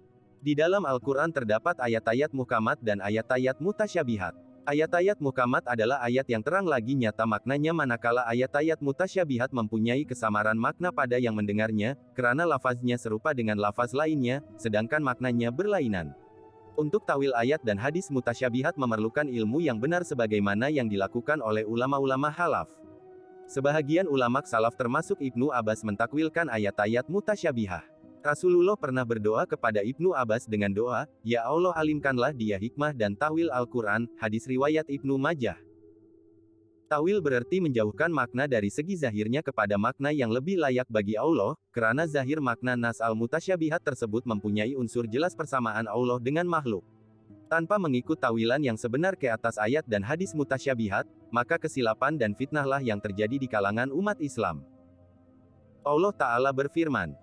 D: Di dalam Al-Quran terdapat ayat-ayat muhkamat dan ayat-ayat mutasyabihat. Ayat-ayat muhkamat adalah ayat yang terang lagi nyata maknanya manakala ayat-ayat mutasyabihat mempunyai kesamaran makna pada yang mendengarnya, kerana lafaznya serupa dengan lafaz lainnya, sedangkan maknanya berlainan. Untuk tawil ayat dan hadis mutasyabihat memerlukan ilmu yang benar sebagaimana yang dilakukan oleh ulama-ulama halaf. Sebahagian ulama salaf termasuk Ibnu Abbas mentakwilkan ayat-ayat mutasyabihah. Rasulullah pernah berdoa kepada Ibnu Abbas dengan doa, Ya Allah alimkanlah dia hikmah dan tawil Al-Quran, hadis riwayat Ibnu Majah. Tawil berarti menjauhkan makna dari segi zahirnya kepada makna yang lebih layak bagi Allah, kerana zahir makna nas al-mutasyabihat tersebut mempunyai unsur jelas persamaan Allah dengan makhluk. Tanpa mengikut tawilan yang sebenar ke atas ayat dan hadis mutasyabihat, maka kesilapan dan fitnahlah yang terjadi di kalangan umat Islam. Allah Ta'ala berfirman,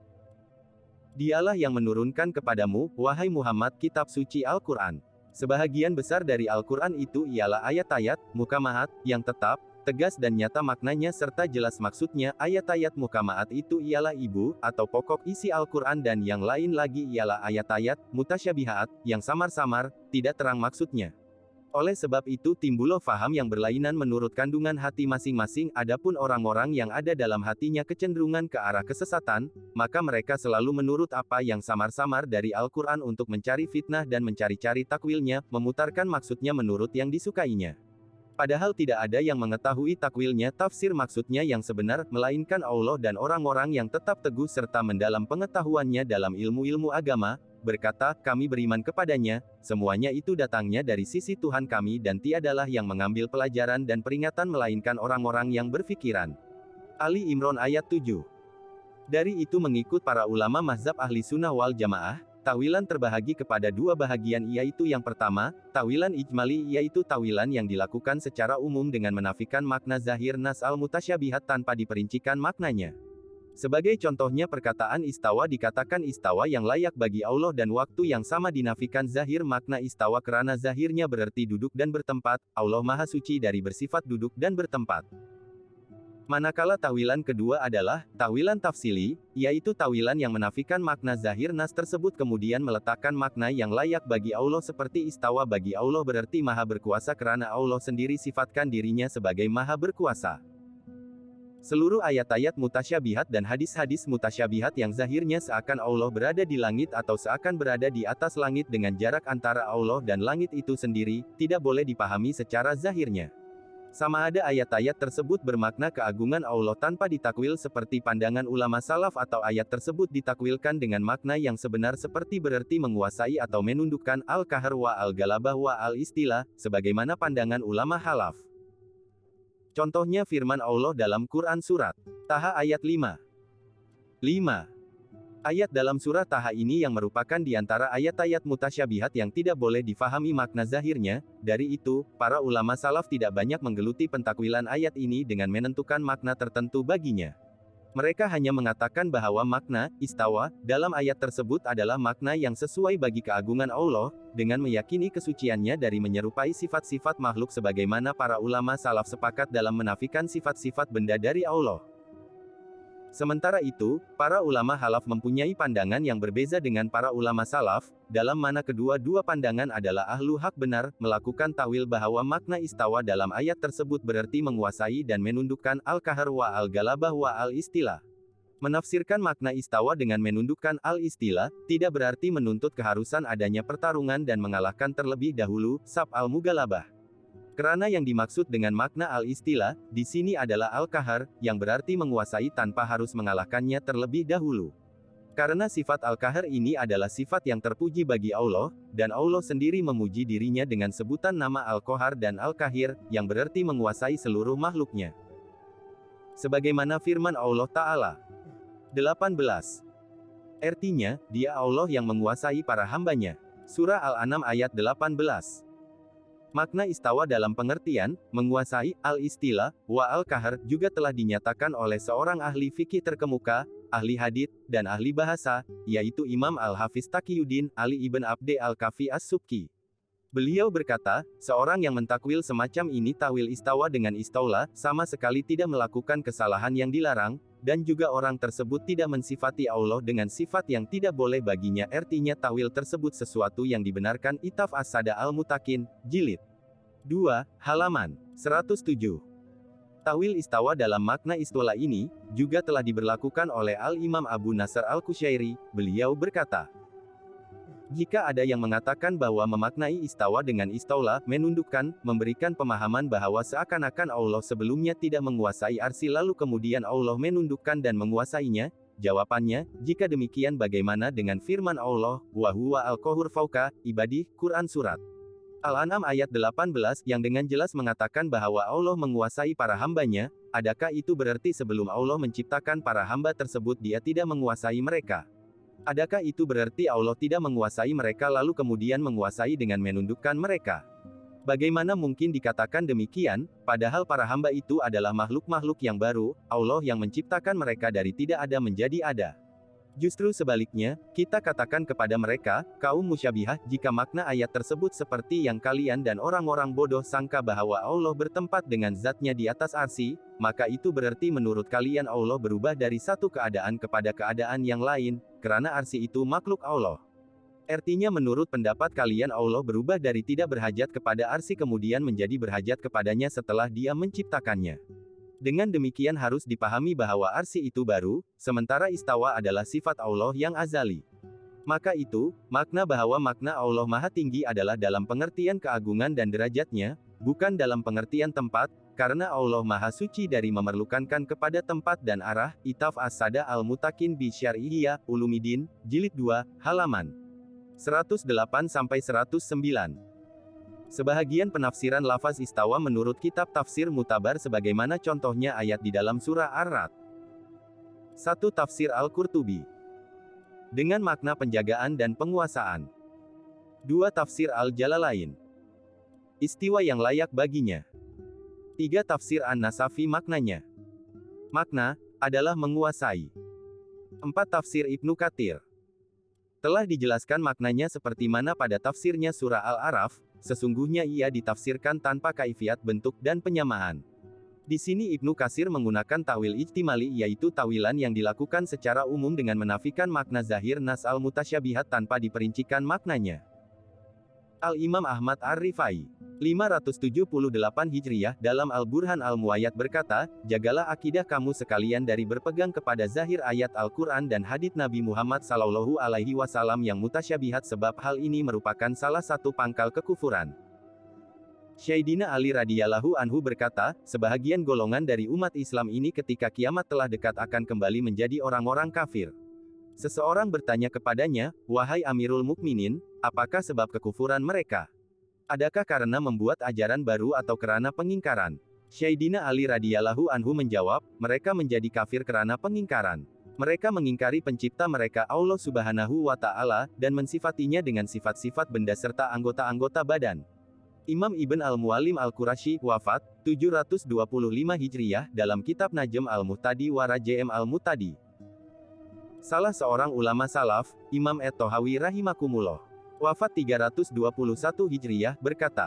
D: Dialah yang menurunkan kepadamu, wahai Muhammad, kitab suci Al-Quran. Sebahagian besar dari Al-Quran itu ialah ayat-ayat, mukamaat, yang tetap, tegas dan nyata maknanya serta jelas maksudnya. Ayat-ayat mukamaat itu ialah ibu, atau pokok isi Al-Quran, dan yang lain lagi ialah ayat-ayat, mutasyabihat, yang samar-samar, tidak terang maksudnya. Oleh sebab itu timbullah faham yang berlainan menurut kandungan hati masing-masing. Adapun orang-orang yang ada dalam hatinya kecenderungan ke arah kesesatan, maka mereka selalu menurut apa yang samar-samar dari Al-Quran untuk mencari fitnah dan mencari-cari takwilnya, memutarkan maksudnya menurut yang disukainya. Padahal tidak ada yang mengetahui takwilnya, tafsir maksudnya yang sebenar, melainkan Allah dan orang-orang yang tetap teguh serta mendalam pengetahuannya dalam ilmu-ilmu agama, berkata, kami beriman kepadanya, semuanya itu datangnya dari sisi Tuhan kami dan tiadalah yang mengambil pelajaran dan peringatan melainkan orang-orang yang berfikiran. Ali Imran ayat tujuh. Dari itu mengikut para ulama mazhab ahli sunnah wal jamaah, tawilan terbahagi kepada dua bahagian, yaitu yang pertama, tawilan ijmali, yaitu tawilan yang dilakukan secara umum dengan menafikan makna zahir nas al-mutasyabihat tanpa diperincikan maknanya. Sebagai contohnya perkataan istawa dikatakan istawa yang layak bagi Allah dan waktu yang sama dinafikan zahir makna istawa kerana zahirnya berarti duduk dan bertempat, Allah Maha Suci dari bersifat duduk dan bertempat. Manakala tawilan kedua adalah tawilan tafsili, yaitu tawilan yang menafikan makna zahir nas tersebut kemudian meletakkan makna yang layak bagi Allah seperti istawa bagi Allah berarti maha berkuasa kerana Allah sendiri sifatkan dirinya sebagai maha berkuasa. Seluruh ayat-ayat mutasyabihat dan hadis-hadis mutasyabihat yang zahirnya seakan Allah berada di langit atau seakan berada di atas langit dengan jarak antara Allah dan langit itu sendiri, tidak boleh dipahami secara zahirnya. Sama ada ayat-ayat tersebut bermakna keagungan Allah tanpa ditakwil seperti pandangan ulama salaf atau ayat tersebut ditakwilkan dengan makna yang sebenar seperti berarti menguasai atau menundukkan al-kahar wa al-galabah wa al-istilah, sebagaimana pandangan ulama halaf. Contohnya firman Allah dalam Quran Surat Taha ayat lima. lima. Ayat dalam surat Taha ini yang merupakan di antara ayat-ayat mutasyabihat yang tidak boleh difahami makna zahirnya. Dari itu, para ulama salaf tidak banyak menggeluti pentakwilan ayat ini dengan menentukan makna tertentu baginya. Mereka hanya mengatakan bahwa makna istawa dalam ayat tersebut adalah makna yang sesuai bagi keagungan Allah, dengan meyakini kesuciannya dari menyerupai sifat-sifat makhluk sebagaimana para ulama salaf sepakat dalam menafikan sifat-sifat benda dari Allah. Sementara itu, para ulama halaf mempunyai pandangan yang berbeza dengan para ulama salaf, dalam mana kedua-dua pandangan adalah ahlu hak benar, melakukan tawil bahwa makna istawa dalam ayat tersebut berarti menguasai dan menundukkan al-kahar wa al-galabah wa al-istilah. Menafsirkan makna istawa dengan menundukkan al-istilah, tidak berarti menuntut keharusan adanya pertarungan dan mengalahkan terlebih dahulu, sab al-mugalabah. Kerana yang dimaksud dengan makna al-istilah, di sini adalah al-kahar, yang berarti menguasai tanpa harus mengalahkannya terlebih dahulu. Karena sifat al-kahar ini adalah sifat yang terpuji bagi Allah, dan Allah sendiri memuji dirinya dengan sebutan nama al-kohar dan al-kahir, yang berarti menguasai seluruh makhluknya. Sebagaimana firman Allah Ta'ala. delapan belas. Artinya, dia Allah yang menguasai para hambanya. Surah Al-An'am ayat delapan belas. Makna istawa dalam pengertian, menguasai, al-istilah, wa al-kahar, juga telah dinyatakan oleh seorang ahli fikih terkemuka, ahli hadits, dan ahli bahasa, yaitu Imam Al-Hafiz Taqiyuddin, Ali ibn Abde Al-Kafi As-Subki. Beliau berkata, seorang yang mentakwil semacam ini tawil istawa dengan istaula, sama sekali tidak melakukan kesalahan yang dilarang, dan juga orang tersebut tidak mensifati Allah dengan sifat yang tidak boleh baginya. Artinya tawil tersebut sesuatu yang dibenarkan. Itaf As-Sada Al-Mutakin, Jilid dua, halaman seratus tujuh. Tawil istawa dalam makna istaula ini, juga telah diberlakukan oleh Al-Imam Abu Nasr Al-Kusyairi. Beliau berkata, jika ada yang mengatakan bahwa memaknai istawa dengan istaula, menundukkan, memberikan pemahaman bahwa seakan-akan Allah sebelumnya tidak menguasai arsy lalu kemudian Allah menundukkan dan menguasainya, jawabannya, jika demikian bagaimana dengan firman Allah, wa huwa al-qahur fauqa ibadih, Quran Surat Al-An'am ayat delapan belas, yang dengan jelas mengatakan bahwa Allah menguasai para hambanya, adakah itu berarti sebelum Allah menciptakan para hamba tersebut dia tidak menguasai mereka? Adakah itu berarti Allah tidak menguasai mereka lalu kemudian menguasai dengan menundukkan mereka? Bagaimana mungkin dikatakan demikian, padahal para hamba itu adalah makhluk-makhluk yang baru, Allah yang menciptakan mereka dari tidak ada menjadi ada. Justru sebaliknya, kita katakan kepada mereka, kaum musyabihah, jika makna ayat tersebut seperti yang kalian dan orang-orang bodoh sangka bahwa Allah bertempat dengan zatnya di atas arsy, maka itu berarti menurut kalian Allah berubah dari satu keadaan kepada keadaan yang lain, karena arsy itu makhluk Allah. Artinya menurut pendapat kalian Allah berubah dari tidak berhajat kepada arsy kemudian menjadi berhajat kepadanya setelah dia menciptakannya. Dengan demikian harus dipahami bahwa arsy itu baru, sementara istawa adalah sifat Allah yang azali. Maka itu, makna bahwa makna Allah Maha Tinggi adalah dalam pengertian keagungan dan derajatnya, bukan dalam pengertian tempat, karena Allah Maha Suci dari memerlukankan kepada tempat dan arah. Itaf As-Sada Al-Mutakin bi Syar'iyya, Ulumuddin, Jilid dua, halaman seratus delapan sampai seratus sembilan. Sebahagian penafsiran lafaz istawa menurut kitab tafsir Mutabar sebagaimana contohnya ayat di dalam surah Ar-Ra'd. satu Tafsir Al-Qurtubi. Dengan makna penjagaan dan penguasaan. dua Tafsir Al-Jalalain. Istiwa yang layak baginya. tiga Tafsir An-Nasafi maknanya. Makna, adalah menguasai. empat Tafsir Ibnu Katsir. Telah dijelaskan maknanya seperti mana pada tafsirnya surah Al-A'raf, sesungguhnya ia ditafsirkan tanpa kaifiat bentuk dan penyamaan. Di sini Ibnu Katsir menggunakan takwil ijtimali yaitu tawilan yang dilakukan secara umum dengan menafikan makna zahir nas al-mutasyabihat tanpa diperincikan maknanya. Al-Imam Ahmad Ar-Rifai, lima ratus tujuh puluh delapan Hijriyah, dalam Al-Burhan Al-Muwayyad berkata, jagalah akidah kamu sekalian dari berpegang kepada zahir ayat Al-Quran dan hadits Nabi Muhammad Sallallahu Alaihi Wasallam yang mutasyabihat sebab hal ini merupakan salah satu pangkal kekufuran. Syaidina Ali radhiyallahu anhu berkata, sebahagian golongan dari umat Islam ini ketika kiamat telah dekat akan kembali menjadi orang-orang kafir. Seseorang bertanya kepadanya, wahai Amirul Mukminin, apakah sebab kekufuran mereka? Adakah karena membuat ajaran baru atau karena pengingkaran? Syaidina Ali radhiyallahu anhu menjawab, mereka menjadi kafir karena pengingkaran. Mereka mengingkari pencipta mereka Allah Subhanahu wa Ta'ala, dan mensifatinya dengan sifat-sifat benda serta anggota-anggota badan. Imam Ibn Al-Muallim Al-Qurasyi, wafat, tujuh ratus dua puluh lima Hijriyah, dalam kitab Najm Al-Muhtadi wa Rajem Al-Muhtadi. Salah seorang ulama salaf, Imam At-Tahawi rahimakumullah, wafat tiga ratus dua puluh satu Hijriyah, berkata,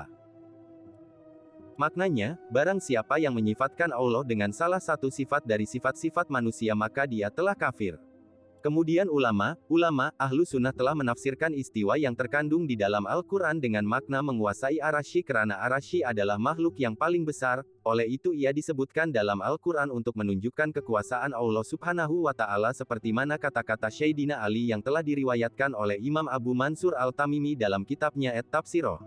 D: maknanya, barang siapa yang menyifatkan Allah dengan salah satu sifat dari sifat-sifat manusia maka dia telah kafir. Kemudian ulama, ulama, ahlu sunnah telah menafsirkan istiwa yang terkandung di dalam Al-Quran dengan makna menguasai arasy karena arasy adalah makhluk yang paling besar, oleh itu ia disebutkan dalam Al-Quran untuk menunjukkan kekuasaan Allah Subhanahu wa Ta'ala seperti mana kata-kata Syaidina Ali yang telah diriwayatkan oleh Imam Abu Mansur Al-Tamimi dalam kitabnya At-Tafsiroh.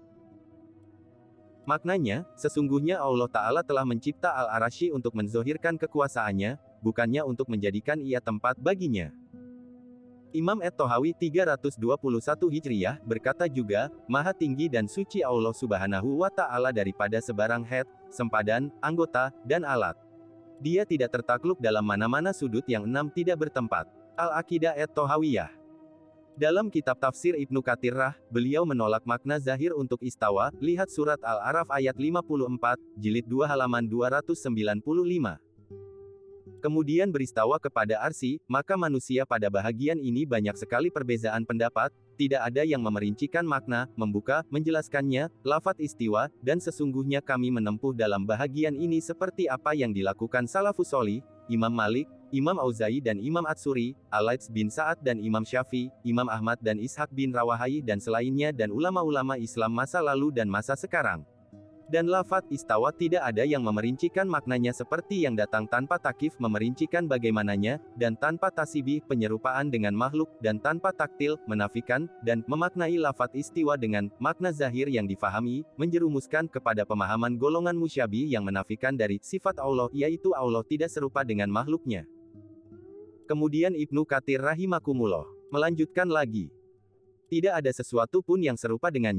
D: Maknanya, sesungguhnya Allah Ta'ala telah mencipta Al-Arasy untuk menzohirkan kekuasaannya, bukannya untuk menjadikan ia tempat baginya. Imam At-Tahawi tiga ratus dua puluh satu Hijriyah, berkata juga, Maha tinggi dan suci Allah Subhanahu wa Ta'ala daripada sebarang head, sempadan, anggota, dan alat. Dia tidak tertakluk dalam mana-mana sudut yang enam tidak bertempat. Al-Aqidah At-Tahawiyah. Dalam kitab tafsir Ibnu Katsir, beliau menolak makna zahir untuk istawa, lihat surat Al-A'raf ayat lima puluh empat, jilid dua halaman dua ratus sembilan puluh lima. Kemudian beristawa kepada arsy, maka manusia pada bahagian ini banyak sekali perbezaan pendapat, tidak ada yang memerincikan makna, membuka, menjelaskannya, lafadz istiwa, dan sesungguhnya kami menempuh dalam bahagian ini seperti apa yang dilakukan salafus sholih, Imam Malik, Imam Auza'i dan Imam Atsuri, Al-Laits bin Sa'ad dan Imam Syafi'i, Imam Ahmad dan Ishaq bin Rawahayi dan selainnya dan ulama-ulama Islam masa lalu dan masa sekarang. Dan lafadz istawa tidak ada yang memerincikan maknanya seperti yang datang tanpa takyif memerincikan bagaimananya, dan tanpa tasybih penyerupaan dengan makhluk, dan tanpa taktil, menafikan, dan memaknai lafadz istiwa dengan makna zahir yang difahami, menjerumuskan kepada pemahaman golongan musyabih yang menafikan dari sifat Allah, yaitu Allah tidak serupa dengan makhluknya. Kemudian Ibnu Katsir rahimakumullah melanjutkan lagi. Tidak ada sesuatu pun yang serupa dengannya,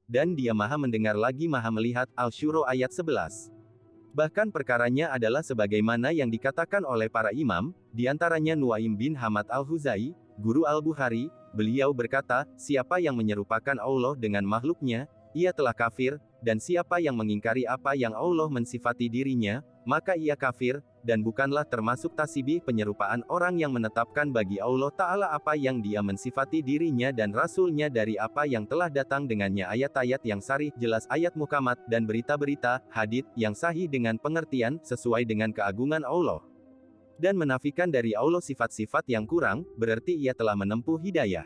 D: dan Dia Maha mendengar lagi Maha melihat. Al-Syuro ayat sebelas. Bahkan perkaranya adalah sebagaimana yang dikatakan oleh para imam, diantaranya Nuaim bin Hamad Al-Huzai, guru Al-Bukhari. Beliau berkata, siapa yang menyerupakan Allah dengan makhluknya, ia telah kafir, dan siapa yang mengingkari apa yang Allah mensifati dirinya, maka ia kafir, dan bukanlah termasuk tasbih penyerupaan orang yang menetapkan bagi Allah Ta'ala apa yang Dia mensifati dirinya dan Rasul-Nya dari apa yang telah datang dengannya. Ayat-ayat yang sarih jelas, ayat muhkamat, dan berita-berita, hadits, yang sahih dengan pengertian, sesuai dengan keagungan Allah. Dan menafikan dari Allah sifat-sifat yang kurang, berarti ia telah menempuh hidayah.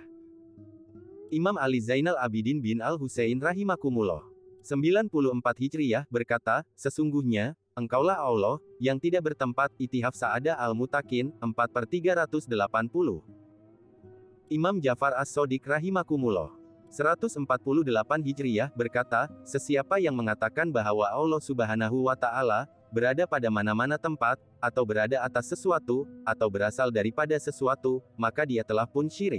D: Imam Ali Zainal Abidin bin Al-Husain rahimakumullah, sembilan puluh empat Hijriyah, berkata, sesungguhnya, Engkaulah Allah, yang tidak bertempat. Itihaf Sa'adah Al-Mutakin, empat per tiga ratus delapan puluh. Imam Ja'far As-Shodiq rahimakumullah, seratus empat puluh delapan Hijriyah, berkata, sesiapa yang mengatakan bahwa Allah Subhanahu wa Ta'ala berada pada mana-mana tempat, atau berada atas sesuatu, atau berasal daripada sesuatu, maka dia telah pun syirik.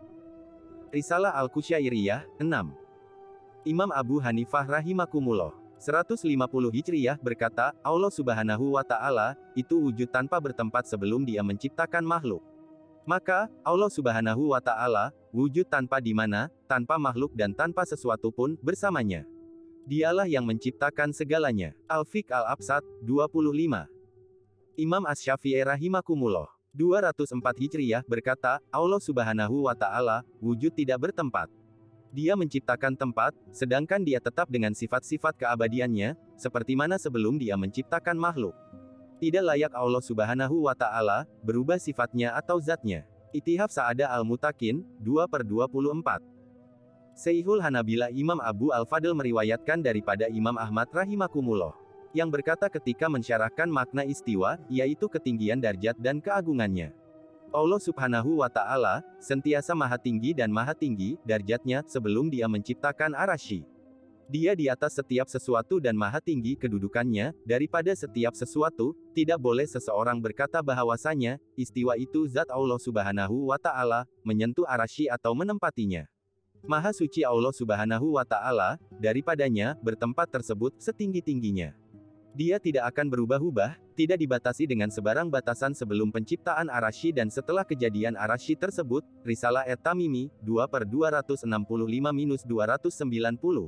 D: Risalah Al-Qusyairiyah, enam. Imam Abu Hanifah rahimakumullah, seratus lima puluh Hijriyah, berkata, Allah Subhanahu wa Ta'ala itu wujud tanpa bertempat sebelum Dia menciptakan makhluk. Maka, Allah Subhanahu wa Ta'ala wujud tanpa di mana, tanpa makhluk dan tanpa sesuatu pun bersamanya. Dialah yang menciptakan segalanya. Al-Fiqh Al-Absat, dua puluh lima. Imam Asy-Syafi'i rahimakumullah, dua ratus empat Hijriyah, berkata, Allah Subhanahu wa Ta'ala wujud tidak bertempat. Dia menciptakan tempat, sedangkan Dia tetap dengan sifat-sifat keabadiannya, seperti mana sebelum Dia menciptakan makhluk. Tidak layak Allah Subhanahu wa Ta'ala berubah sifatnya atau zatnya. Itihaf Sa'adah Al-Mutakin, dua per dua puluh empat. Syekhul Hanabilah Imam Abu Al-Fadl meriwayatkan daripada Imam Ahmad rahimakumullah, yang berkata ketika mensyarahkan makna istiwa, yaitu ketinggian darjat dan keagungannya. Allah Subhanahu wa Ta'ala sentiasa maha tinggi dan maha tinggi darjatnya sebelum Dia menciptakan arasy. Dia di atas setiap sesuatu dan maha tinggi kedudukannya daripada setiap sesuatu. Tidak boleh seseorang berkata bahwasanya istiwa itu zat Allah Subhanahu wa Ta'ala menyentuh arasy atau menempatinya. Maha suci Allah Subhanahu wa Ta'ala daripadanya bertempat tersebut setinggi-tingginya. Dia tidak akan berubah-ubah, tidak dibatasi dengan sebarang batasan sebelum penciptaan arasy dan setelah kejadian arasy tersebut. Risalah At-Tamimi, dua per dua ratus enam puluh lima - dua ratus sembilan puluh.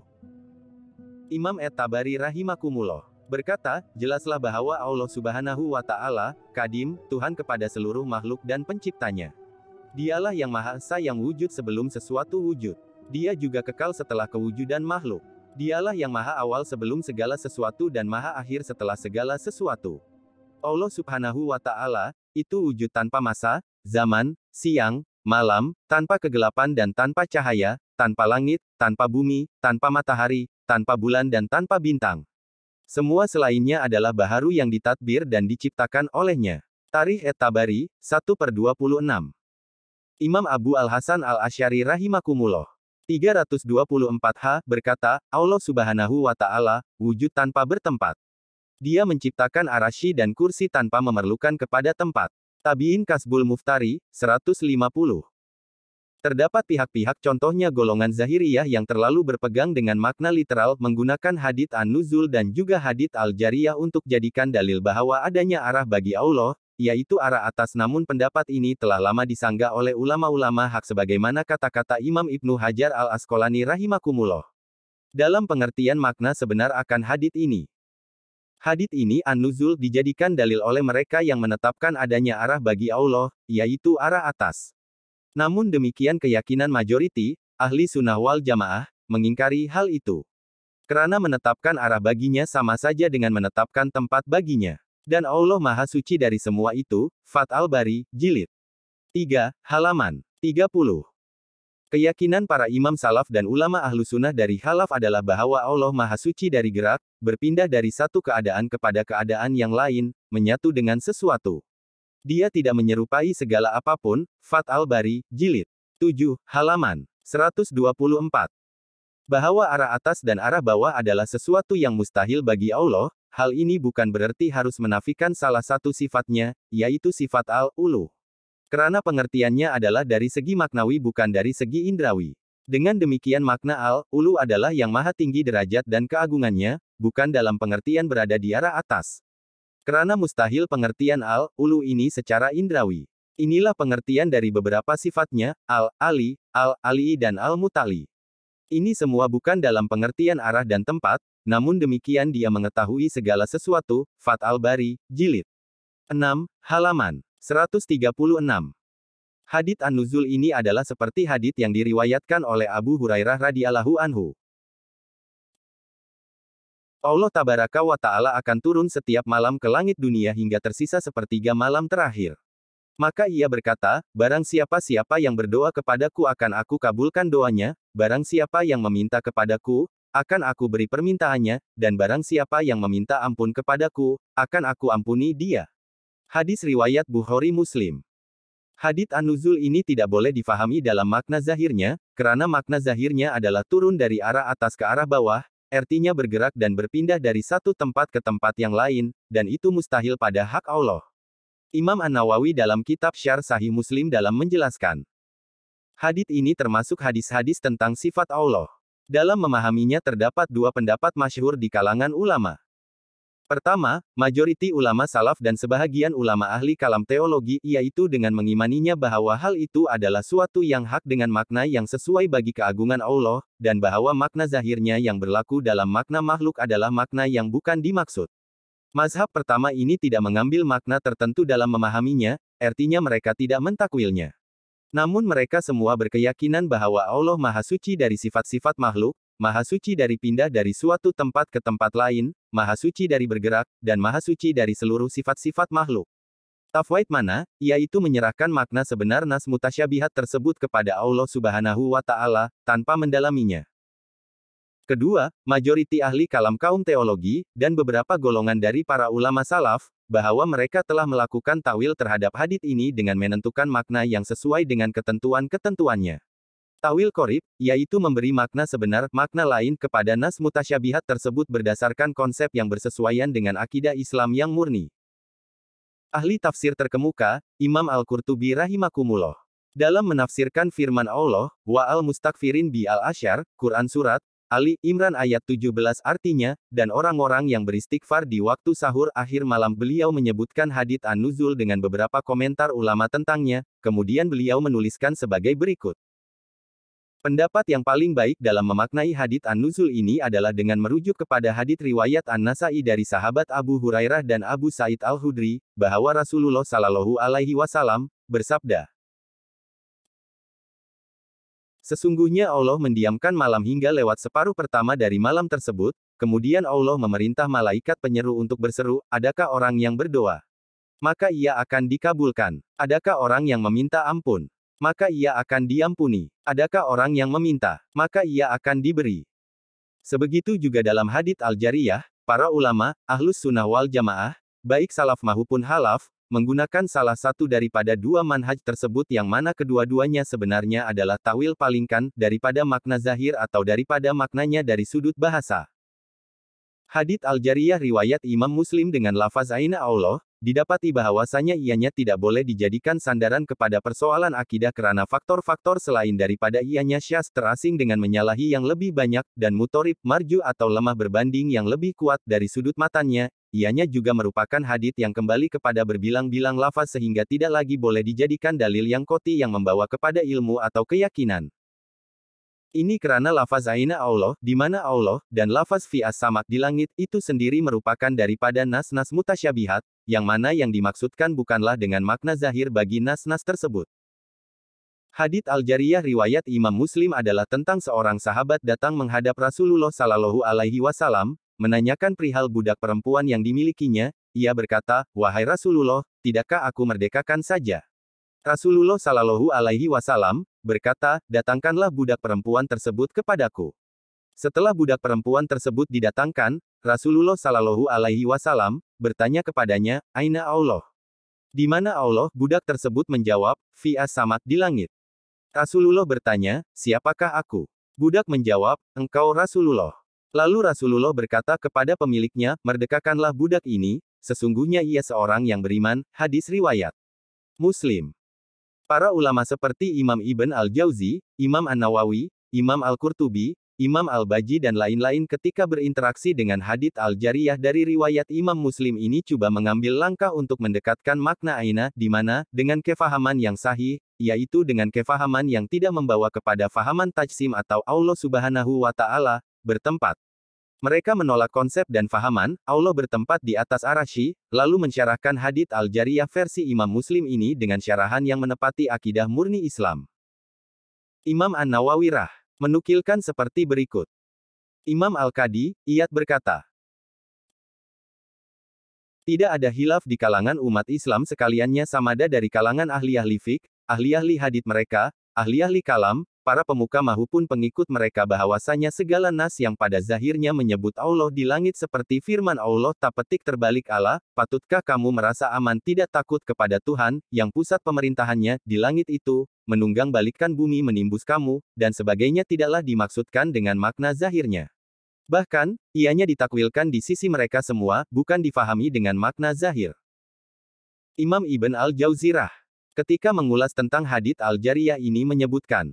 D: Imam At-Tabari rahimakumullah berkata, jelaslah bahwa Allah Subhanahu wa Ta'ala Qadim, Tuhan kepada seluruh makhluk dan penciptanya. Dialah yang Maha Esa yang wujud sebelum sesuatu wujud. Dia juga kekal setelah kewujudan makhluk. Dialah yang Maha Awal sebelum segala sesuatu dan Maha Akhir setelah segala sesuatu. Allah Subhanahu wa Ta'ala itu wujud tanpa masa, zaman, siang, malam, tanpa kegelapan dan tanpa cahaya, tanpa langit, tanpa bumi, tanpa matahari, tanpa bulan dan tanpa bintang. Semua selainnya adalah baharu yang ditadbir dan diciptakan olehnya. Tarikh At-Tabari, satu per dua puluh enam. Imam Abu Al-Hasan Al-Asy'ari rahimakumullah, tiga ratus dua puluh empat H, berkata, Allah Subhanahu wa Ta'ala wujud tanpa bertempat. Dia menciptakan arasy dan kursi tanpa memerlukan kepada tempat. Tabi'in Kasbul Muftari, seratus lima puluh. Terdapat pihak-pihak contohnya golongan Zahiriyah yang terlalu berpegang dengan makna literal menggunakan hadits An-Nuzul dan juga hadits Al-Jariyah untuk jadikan dalil bahwa adanya arah bagi Allah, yaitu arah atas. Namun pendapat ini telah lama disanggah oleh ulama-ulama hak sebagaimana kata-kata Imam Ibnu Hajar Al-Asqalani rahimakumullah. Dalam pengertian makna sebenar akan hadits ini. Hadits ini An-Nuzul dijadikan dalil oleh mereka yang menetapkan adanya arah bagi Allah, yaitu arah atas. Namun demikian keyakinan majoriti, ahli sunnah wal jamaah, mengingkari hal itu. Karena menetapkan arah baginya sama saja dengan menetapkan tempat baginya. Dan Allah Maha Suci dari semua itu. Fath Al-Bari, Jilid tiga, halaman tiga puluh. Keyakinan para imam salaf dan ulama ahlu sunnah dari khalaf adalah bahwa Allah Maha Suci dari gerak, berpindah dari satu keadaan kepada keadaan yang lain, menyatu dengan sesuatu. Dia tidak menyerupai segala apapun. Fath Al-Bari, Jilid tujuh, halaman seratus dua puluh empat. Bahwa arah atas dan arah bawah adalah sesuatu yang mustahil bagi Allah, hal ini bukan berarti harus menafikan salah satu sifatnya, yaitu sifat Al-Ulu. Karena pengertiannya adalah dari segi maknawi bukan dari segi indrawi. Dengan demikian makna Al-Ulu adalah yang maha tinggi derajat dan keagungannya, bukan dalam pengertian berada di arah atas. Kerana mustahil pengertian Al-Ulu ini secara indrawi. Inilah pengertian dari beberapa sifatnya, Al-Ali, Al-Ali dan Al-Mutali. Ini semua bukan dalam pengertian arah dan tempat, namun demikian dia mengetahui segala sesuatu, Fath Al-Bari, Jilid enam, halaman seratus tiga puluh enam. Hadits An-Nuzul ini adalah seperti hadits yang diriwayatkan oleh Abu Hurairah radhiyallahu anhu. Allah Tabaraka wa Ta'ala akan turun setiap malam ke langit dunia hingga tersisa sepertiga malam terakhir. Maka ia berkata, barang siapa-siapa yang berdoa kepadaku akan aku kabulkan doanya, barang siapa yang meminta kepadaku, akan aku beri permintaannya, dan barang siapa yang meminta ampun kepadaku, akan aku ampuni dia. Hadis riwayat Bukhari Muslim. Hadits An-Nuzul ini tidak boleh difahami dalam makna zahirnya, kerana makna zahirnya adalah turun dari arah atas ke arah bawah, artinya bergerak dan berpindah dari satu tempat ke tempat yang lain, dan itu mustahil pada hak Allah. Imam An-Nawawi dalam kitab Syarh Sahih Muslim dalam menjelaskan. Hadits ini termasuk hadis-hadis tentang sifat Allah. Dalam memahaminya terdapat dua pendapat masyhur di kalangan ulama. Pertama, majoriti ulama salaf dan sebahagian ulama ahli kalam teologi yaitu dengan mengimaninya bahwa hal itu adalah suatu yang hak dengan makna yang sesuai bagi keagungan Allah, dan bahwa makna zahirnya yang berlaku dalam makna makhluk adalah makna yang bukan dimaksud. Mazhab pertama ini tidak mengambil makna tertentu dalam memahaminya, artinya mereka tidak mentakwilnya. Namun mereka semua berkeyakinan bahwa Allah Maha Suci dari sifat-sifat makhluk, Maha Suci dari pindah dari suatu tempat ke tempat lain, Maha Suci dari bergerak, dan Maha Suci dari seluruh sifat-sifat makhluk. Tafwid mana, yaitu menyerahkan makna sebenar nas mutasyabihat tersebut kepada Allah Subhanahu wa Ta'ala, tanpa mendalaminya. Kedua, majoriti ahli kalam kaum teologi, dan beberapa golongan dari para ulama salaf, bahwa mereka telah melakukan tawil terhadap hadits ini dengan menentukan makna yang sesuai dengan ketentuan-ketentuannya. Tawil qorib, yaitu memberi makna sebenar, makna lain kepada nas mutasyabihat tersebut berdasarkan konsep yang bersesuaian dengan akidah Islam yang murni. Ahli tafsir terkemuka, Imam Al-Qurtubi rahimakumullah. Dalam menafsirkan firman Allah, wa al-mustakfirin bi al-asyar, Quran Surat Ali Imran ayat tujuh belas artinya, dan orang-orang yang beristighfar di waktu sahur akhir malam beliau menyebutkan hadits An-Nuzul dengan beberapa komentar ulama tentangnya, kemudian beliau menuliskan sebagai berikut. Pendapat yang paling baik dalam memaknai hadits An-Nuzul ini adalah dengan merujuk kepada hadits riwayat An-Nasa'i dari sahabat Abu Hurairah dan Abu Sa'id Al-Khudri, bahwa Rasulullah Shallallahu Alaihi Wasallam bersabda, sesungguhnya Allah mendiamkan malam hingga lewat separuh pertama dari malam tersebut, kemudian Allah memerintah malaikat penyeru untuk berseru, adakah orang yang berdoa? Maka ia akan dikabulkan. Adakah orang yang meminta ampun? Maka ia akan diampuni. Adakah orang yang meminta? Maka ia akan diberi. Sebegitu juga dalam hadits Al-Jariyah, para ulama, Ahlus Sunnah wal Jamaah, baik salaf maupun halaf, menggunakan salah satu daripada dua manhaj tersebut yang mana kedua-duanya sebenarnya adalah tawil palingkan, daripada makna zahir atau daripada maknanya dari sudut bahasa. Hadits Al-Jariyah riwayat Imam Muslim dengan lafaz Aina Allah, didapati bahwasanya ianya tidak boleh dijadikan sandaran kepada persoalan akidah kerana faktor-faktor selain daripada ianya syaz terasing dengan menyalahi yang lebih banyak, dan mutorib, marju atau lemah berbanding yang lebih kuat dari sudut matanya. Ianya juga merupakan hadits yang kembali kepada berbilang-bilang lafaz sehingga tidak lagi boleh dijadikan dalil yang qoti yang membawa kepada ilmu atau keyakinan. Ini kerana lafaz Aina Allah, di mana Allah, dan lafaz fi as-samak di langit, itu sendiri merupakan daripada nas-nas mutasyabihat, yang mana yang dimaksudkan bukanlah dengan makna zahir bagi nas-nas tersebut. Hadits Al-Jariyah riwayat Imam Muslim adalah tentang seorang sahabat datang menghadap Rasulullah Shallallahu Alaihi Wasallam, menanyakan perihal budak perempuan yang dimilikinya. Ia berkata, wahai Rasulullah, tidakkah aku merdekakan saja? Rasulullah Shallallahu Alaihi Wasallam berkata, datangkanlah budak perempuan tersebut kepadaku. Setelah budak perempuan tersebut didatangkan, Rasulullah Shallallahu Alaihi Wasallam bertanya kepadanya, Aina Allah? Di mana Allah? Budak tersebut menjawab, fi as-samak di langit. Rasulullah bertanya, siapakah aku? Budak menjawab, engkau Rasulullah. Lalu Rasulullah berkata kepada pemiliknya, merdekakanlah budak ini, sesungguhnya ia seorang yang beriman. Hadis riwayat Muslim. Para ulama seperti Imam Ibn Al-Jauzi, Imam An-Nawawi, Imam Al-Qurtubi, Imam Al-Baji dan lain-lain ketika berinteraksi dengan hadits Al-Jariyah dari riwayat Imam Muslim ini coba mengambil langkah untuk mendekatkan makna aina, di mana, dengan kefahaman yang sahih, yaitu dengan kefahaman yang tidak membawa kepada fahaman tajsim atau Allah Subhanahu wa Ta'ala bertempat. Mereka menolak konsep dan fahaman Allah bertempat di atas arasy, lalu mensyarahkan hadits Al-Jariyah versi Imam Muslim ini dengan syarahan yang menepati akidah murni Islam. Imam An-Nawawi Rah menukilkan seperti berikut. Imam Al-Qadi, Iyad berkata, tidak ada hilaf di kalangan umat Islam sekaliannya samada dari kalangan ahli-ahli fiqh, ahli-ahli hadits mereka, ahli-ahli kalam, para pemuka maupun pengikut mereka bahwasanya segala nas yang pada zahirnya menyebut Allah di langit seperti firman Allah tak petik terbalik Allah, patutkah kamu merasa aman tidak takut kepada Tuhan, yang pusat pemerintahannya di langit itu, menunggang balikkan bumi menimbus kamu, dan sebagainya tidaklah dimaksudkan dengan makna zahirnya. Bahkan, ianya ditakwilkan di sisi mereka semua, bukan difahami dengan makna zahir. Imam Ibn Al-Jauzirah, ketika mengulas tentang hadits Al-Jariyah ini menyebutkan,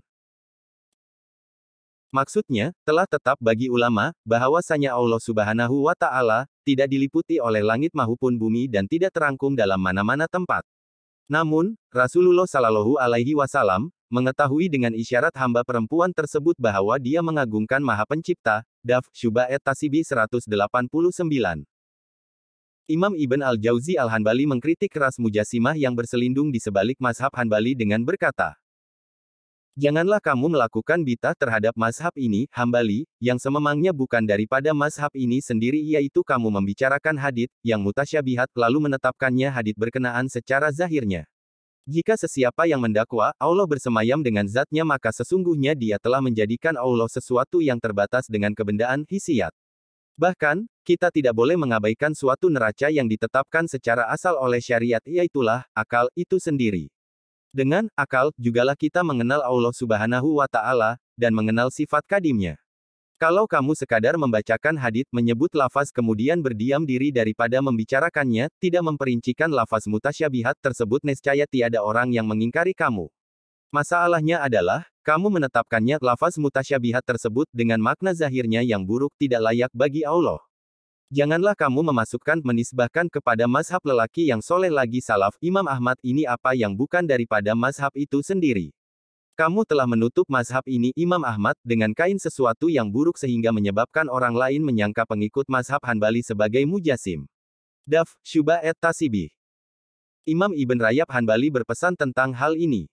D: maksudnya, telah tetap bagi ulama, bahwasanya Allah Subhanahu wa Ta'ala tidak diliputi oleh langit maupun bumi dan tidak terangkum dalam mana-mana tempat. Namun, Rasulullah Shallallahu Alaihi Wasallam mengetahui dengan isyarat hamba perempuan tersebut bahwa dia mengagungkan Maha Pencipta. Daf. Syubah et-Tasibi seratus delapan puluh sembilan. Imam Ibn Al-Jauzi Al-Hanbali mengkritik keras Mujassimah yang berselindung di sebalik mazhab Hanbali dengan berkata, janganlah kamu melakukan bid'ah terhadap mazhab ini, Hambali, yang sememangnya bukan daripada mazhab ini sendiri yaitu kamu membicarakan hadits yang mutasyabihat lalu menetapkannya hadits berkenaan secara zahirnya. Jika sesiapa yang mendakwa Allah bersemayam dengan zatnya maka sesungguhnya dia telah menjadikan Allah sesuatu yang terbatas dengan kebendaan hisiat. Bahkan, kita tidak boleh mengabaikan suatu neraca yang ditetapkan secara asal oleh syariat yaitulah akal itu sendiri. Dengan akal, jugalah kita mengenal Allah Subhanahu wa Ta'ala, dan mengenal sifat kadimnya. Kalau kamu sekadar membacakan hadits menyebut lafaz kemudian berdiam diri daripada membicarakannya, tidak memperincikan lafaz mutasyabihat tersebut nescaya tiada orang yang mengingkari kamu. Masalahnya adalah, kamu menetapkannya lafaz mutasyabihat tersebut dengan makna zahirnya yang buruk tidak layak bagi Allah. Janganlah kamu memasukkan menisbahkan kepada mazhab lelaki yang soleh lagi salaf Imam Ahmad ini apa yang bukan daripada mazhab itu sendiri. Kamu telah menutup mazhab ini Imam Ahmad dengan kain sesuatu yang buruk sehingga menyebabkan orang lain menyangka pengikut mazhab Hanbali sebagai mujassim. Daf. Syubah et-Tasibi. Imam Ibn Rajab Hanbali berpesan tentang hal ini.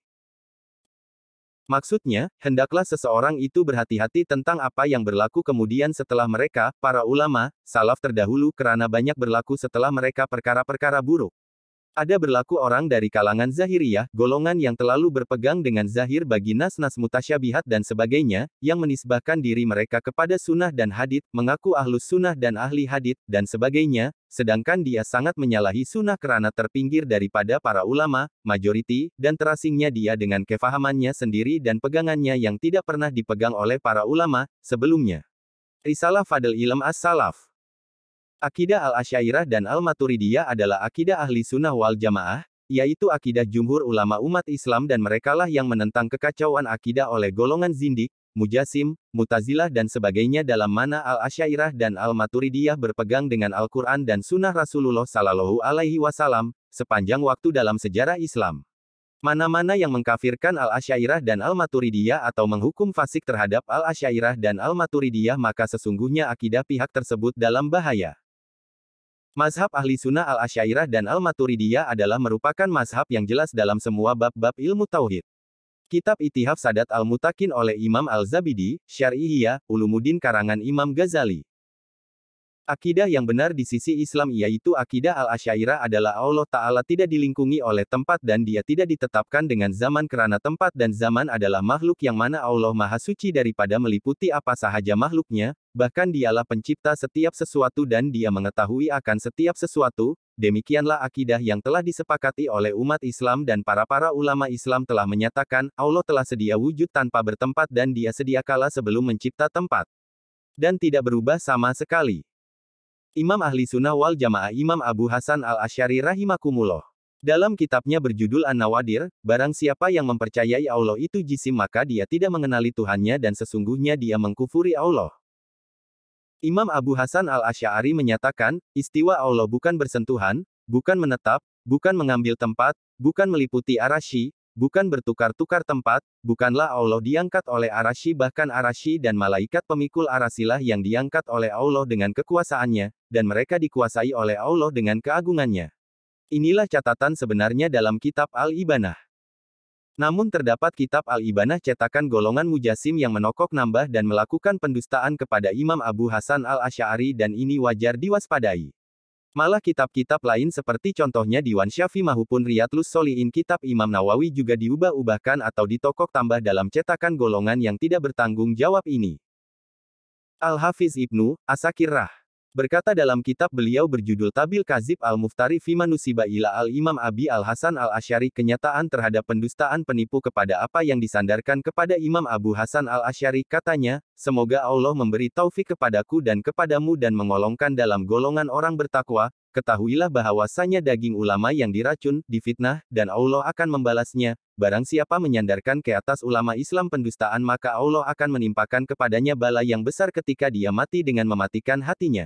D: Maksudnya, hendaklah seseorang itu berhati-hati tentang apa yang berlaku kemudian setelah mereka, para ulama, salaf terdahulu karena banyak berlaku setelah mereka perkara-perkara buruk. Ada berlaku orang dari kalangan Zahiriyah, golongan yang terlalu berpegang dengan zahir bagi nas-nas mutasyabihat dan sebagainya, yang menisbahkan diri mereka kepada sunnah dan hadits, mengaku ahlus sunnah dan ahli hadits, dan sebagainya, sedangkan dia sangat menyalahi sunnah karena terpinggir daripada para ulama, majoriti, dan terasingnya dia dengan kefahamannya sendiri dan pegangannya yang tidak pernah dipegang oleh para ulama, sebelumnya. Risalah Fadl Ilm As-Salaf. Akidah Al-Asy'ariyah dan Al-Maturidiyah adalah akidah ahli sunnah wal jamaah, yaitu akidah jumhur ulama umat Islam dan merekalah yang menentang kekacauan akidah oleh golongan zindik, mujassim, mutazilah dan sebagainya dalam mana Al-Asy'ariyah dan Al-Maturidiyah berpegang dengan Al-Quran dan sunnah Rasulullah Sallallahu Alaihi Wasallam, sepanjang waktu dalam sejarah Islam. Mana-mana yang mengkafirkan Al-Asy'ariyah dan Al-Maturidiyah atau menghukum fasik terhadap Al-Asy'ariyah dan Al-Maturidiyah maka sesungguhnya akidah pihak tersebut dalam bahaya. Mazhab ahli sunnah Al-Asy'ariyah dan Al-Maturidiyah adalah merupakan mazhab yang jelas dalam semua bab-bab ilmu tauhid. Kitab Ittihaf Sadat Al-Mutakin oleh Imam Al-Zabidi, Syarh Ihya Ulumuddin karangan Imam Ghazali. Akidah yang benar di sisi Islam yaitu akidah Al-Asy'ariyah adalah Allah Ta'ala tidak dilingkungi oleh tempat dan dia tidak ditetapkan dengan zaman karena tempat dan zaman adalah makhluk yang mana Allah Maha Suci daripada meliputi apa sahaja makhluknya, bahkan dialah pencipta setiap sesuatu dan dia mengetahui akan setiap sesuatu, demikianlah akidah yang telah disepakati oleh umat Islam dan para-para ulama Islam telah menyatakan, Allah telah sedia wujud tanpa bertempat dan dia sedia kala sebelum mencipta tempat. Dan tidak berubah sama sekali. Imam Ahli Sunnah wal Jamaah Imam Abu Hasan Al-Asy'ari rahimakumullah Dalam kitabnya berjudul An-Nawadir, barang siapa yang mempercayai Allah itu jisim maka dia tidak mengenali Tuhannya dan sesungguhnya dia mengkufuri Allah. Imam Abu Hasan al-Asy'ari menyatakan, istiwa Allah bukan bersentuhan, bukan menetap, bukan mengambil tempat, bukan meliputi arasy, bukan bertukar-tukar tempat, bukanlah Allah diangkat oleh arasy bahkan arasy dan malaikat pemikul arasilah yang diangkat oleh Allah dengan kekuasaannya, dan mereka dikuasai oleh Allah dengan keagungannya. Inilah catatan sebenarnya dalam kitab Al-Ibanah. Namun terdapat kitab Al-Ibanah cetakan golongan Mujasim yang menokok nambah dan melakukan pendustaan kepada Imam Abu Hasan al-Asy'ari dan ini wajar diwaspadai. Malah kitab-kitab lain seperti contohnya Diwan Syafi maupun Riyadlus Sholihin kitab Imam Nawawi juga diubah-ubahkan atau ditokok tambah dalam cetakan golongan yang tidak bertanggung jawab ini. Al-Hafiz Ibnu Asakirah berkata dalam kitab beliau berjudul Tabil Kazib Al-Muftari Fima Nusiba ila Al-Imam Abi Al-Hasan Al-Asy'ari kenyataan terhadap pendustaan penipu kepada apa yang disandarkan kepada Imam Abu Hasan Al-Asy'ari katanya, semoga Allah memberi taufik kepadaku dan kepadamu dan mengolongkan dalam golongan orang bertakwa, ketahuilah bahwasanya daging ulama yang diracun, difitnah, dan Allah akan membalasnya, barang siapa menyandarkan ke atas ulama Islam pendustaan maka Allah akan menimpakan kepadanya bala yang besar ketika dia mati dengan mematikan hatinya.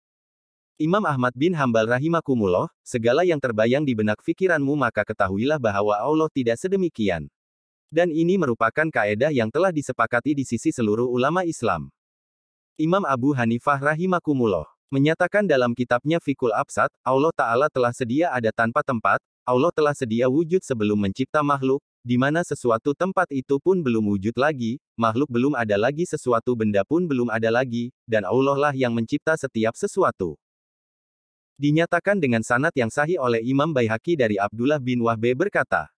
D: Imam Ahmad bin Hambal rahimakumullah, segala yang terbayang di benak fikiranmu maka ketahuilah bahwa Allah tidak sedemikian. Dan ini merupakan kaedah yang telah disepakati di sisi seluruh ulama Islam. Imam Abu Hanifah rahimakumullah menyatakan dalam kitabnya Fiqhul Absat, Allah Ta'ala telah sedia ada tanpa tempat, Allah telah sedia wujud sebelum mencipta makhluk, di mana sesuatu tempat itu pun belum wujud lagi, makhluk belum ada lagi sesuatu benda pun belum ada lagi, dan Allah lah yang mencipta setiap sesuatu. Dinyatakan dengan sanad yang sahih oleh Imam Baihaqi dari Abdullah bin Wahb berkata,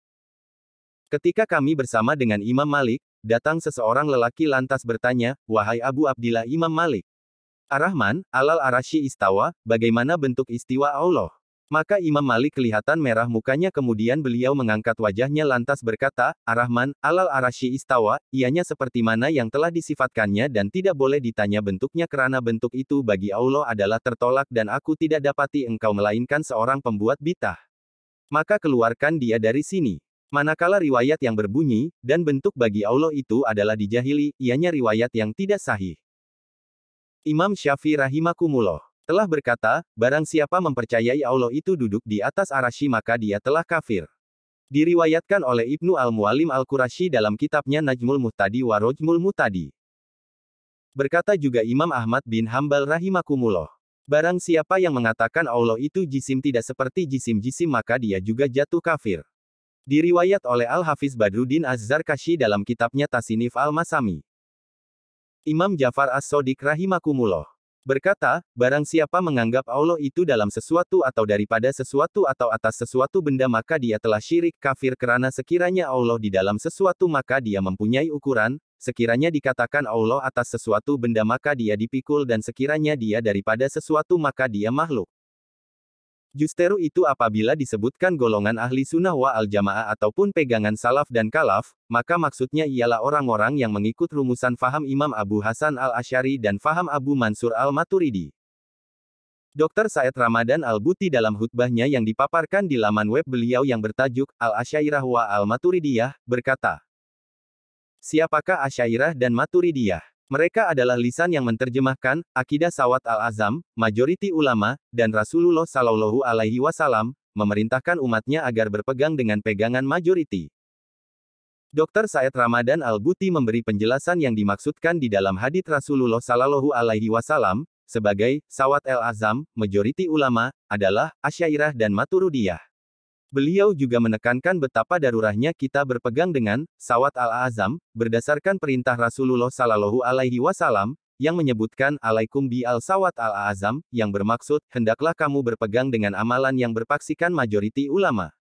D: ketika kami bersama dengan Imam Malik, datang seseorang lelaki lantas bertanya, wahai Abu Abdillah Imam Malik, Ar-Rahman, alal arasy istawa, bagaimana bentuk istiwa Allah? Maka Imam Malik kelihatan merah mukanya kemudian beliau mengangkat wajahnya lantas berkata, Ar-Rahman, alal arasy istawa, ianya seperti mana yang telah disifatkannya dan tidak boleh ditanya bentuknya karena bentuk itu bagi Allah adalah tertolak dan aku tidak dapati engkau melainkan seorang pembuat bid'ah. Maka keluarkan dia dari sini. Manakala riwayat yang berbunyi, dan bentuk bagi Allah itu adalah dijahili, ianya riwayat yang tidak sahih. Imam Syafi'i rahimakumullah telah berkata, barang siapa mempercayai Allah itu duduk di atas arasy maka dia telah kafir. Diriwayatkan oleh Ibnu Al-Muallim Al-Qurasyi dalam kitabnya Najmul Muhtadi wa Rajmul Muhtadi. Berkata juga Imam Ahmad bin Hambal rahimakumullah, barang siapa yang mengatakan Allah itu jisim tidak seperti jisim-jisim maka dia juga jatuh kafir. Diriwayat oleh Al-Hafiz Badruddin Az-Zarkashi dalam kitabnya Tasinif Al-Masami. Imam Ja'far As-Shadiq rahimakumullah berkata, barang siapa menganggap Allah itu dalam sesuatu atau daripada sesuatu atau atas sesuatu benda maka dia telah syirik kafir kerana sekiranya Allah di dalam sesuatu maka dia mempunyai ukuran, sekiranya dikatakan Allah atas sesuatu benda maka dia dipikul dan sekiranya dia daripada sesuatu maka dia makhluk. Justeru itu apabila disebutkan golongan ahli sunnah wa al-jamaah ataupun pegangan salaf dan kalaf, maka maksudnya ialah orang-orang yang mengikut rumusan faham Imam Abu Hasan al-Asy'ari dan faham Abu Mansur al-Maturidi. doktor Said Ramadan Al-Buti dalam khutbahnya yang dipaparkan di laman web beliau yang bertajuk Al-Asy'ariyah wa Al-Maturidiyah, berkata, siapakah Asy'ariyah dan Maturidiyah? Mereka adalah lisan yang menerjemahkan akidah Sawat al-Azam, majoriti ulama, dan Rasulullah Shallallahu Alaihi Wasallam memerintahkan umatnya agar berpegang dengan pegangan majoriti. doktor Said Ramadan Al-Buti memberi penjelasan yang dimaksudkan di dalam hadits Rasulullah Shallallahu Alaihi Wasallam sebagai Sawat al-Azam, majoriti ulama, adalah Asy'ariyah dan Maturidiyah. Beliau juga menekankan betapa darurahnya kita berpegang dengan Sawat al-Azam, berdasarkan perintah Rasulullah Shallallahu Alaihi Wasallam, yang menyebutkan alaikum bi al-Sawat al-Azam, yang bermaksud, hendaklah kamu berpegang dengan amalan yang berpaksikan majoriti ulama.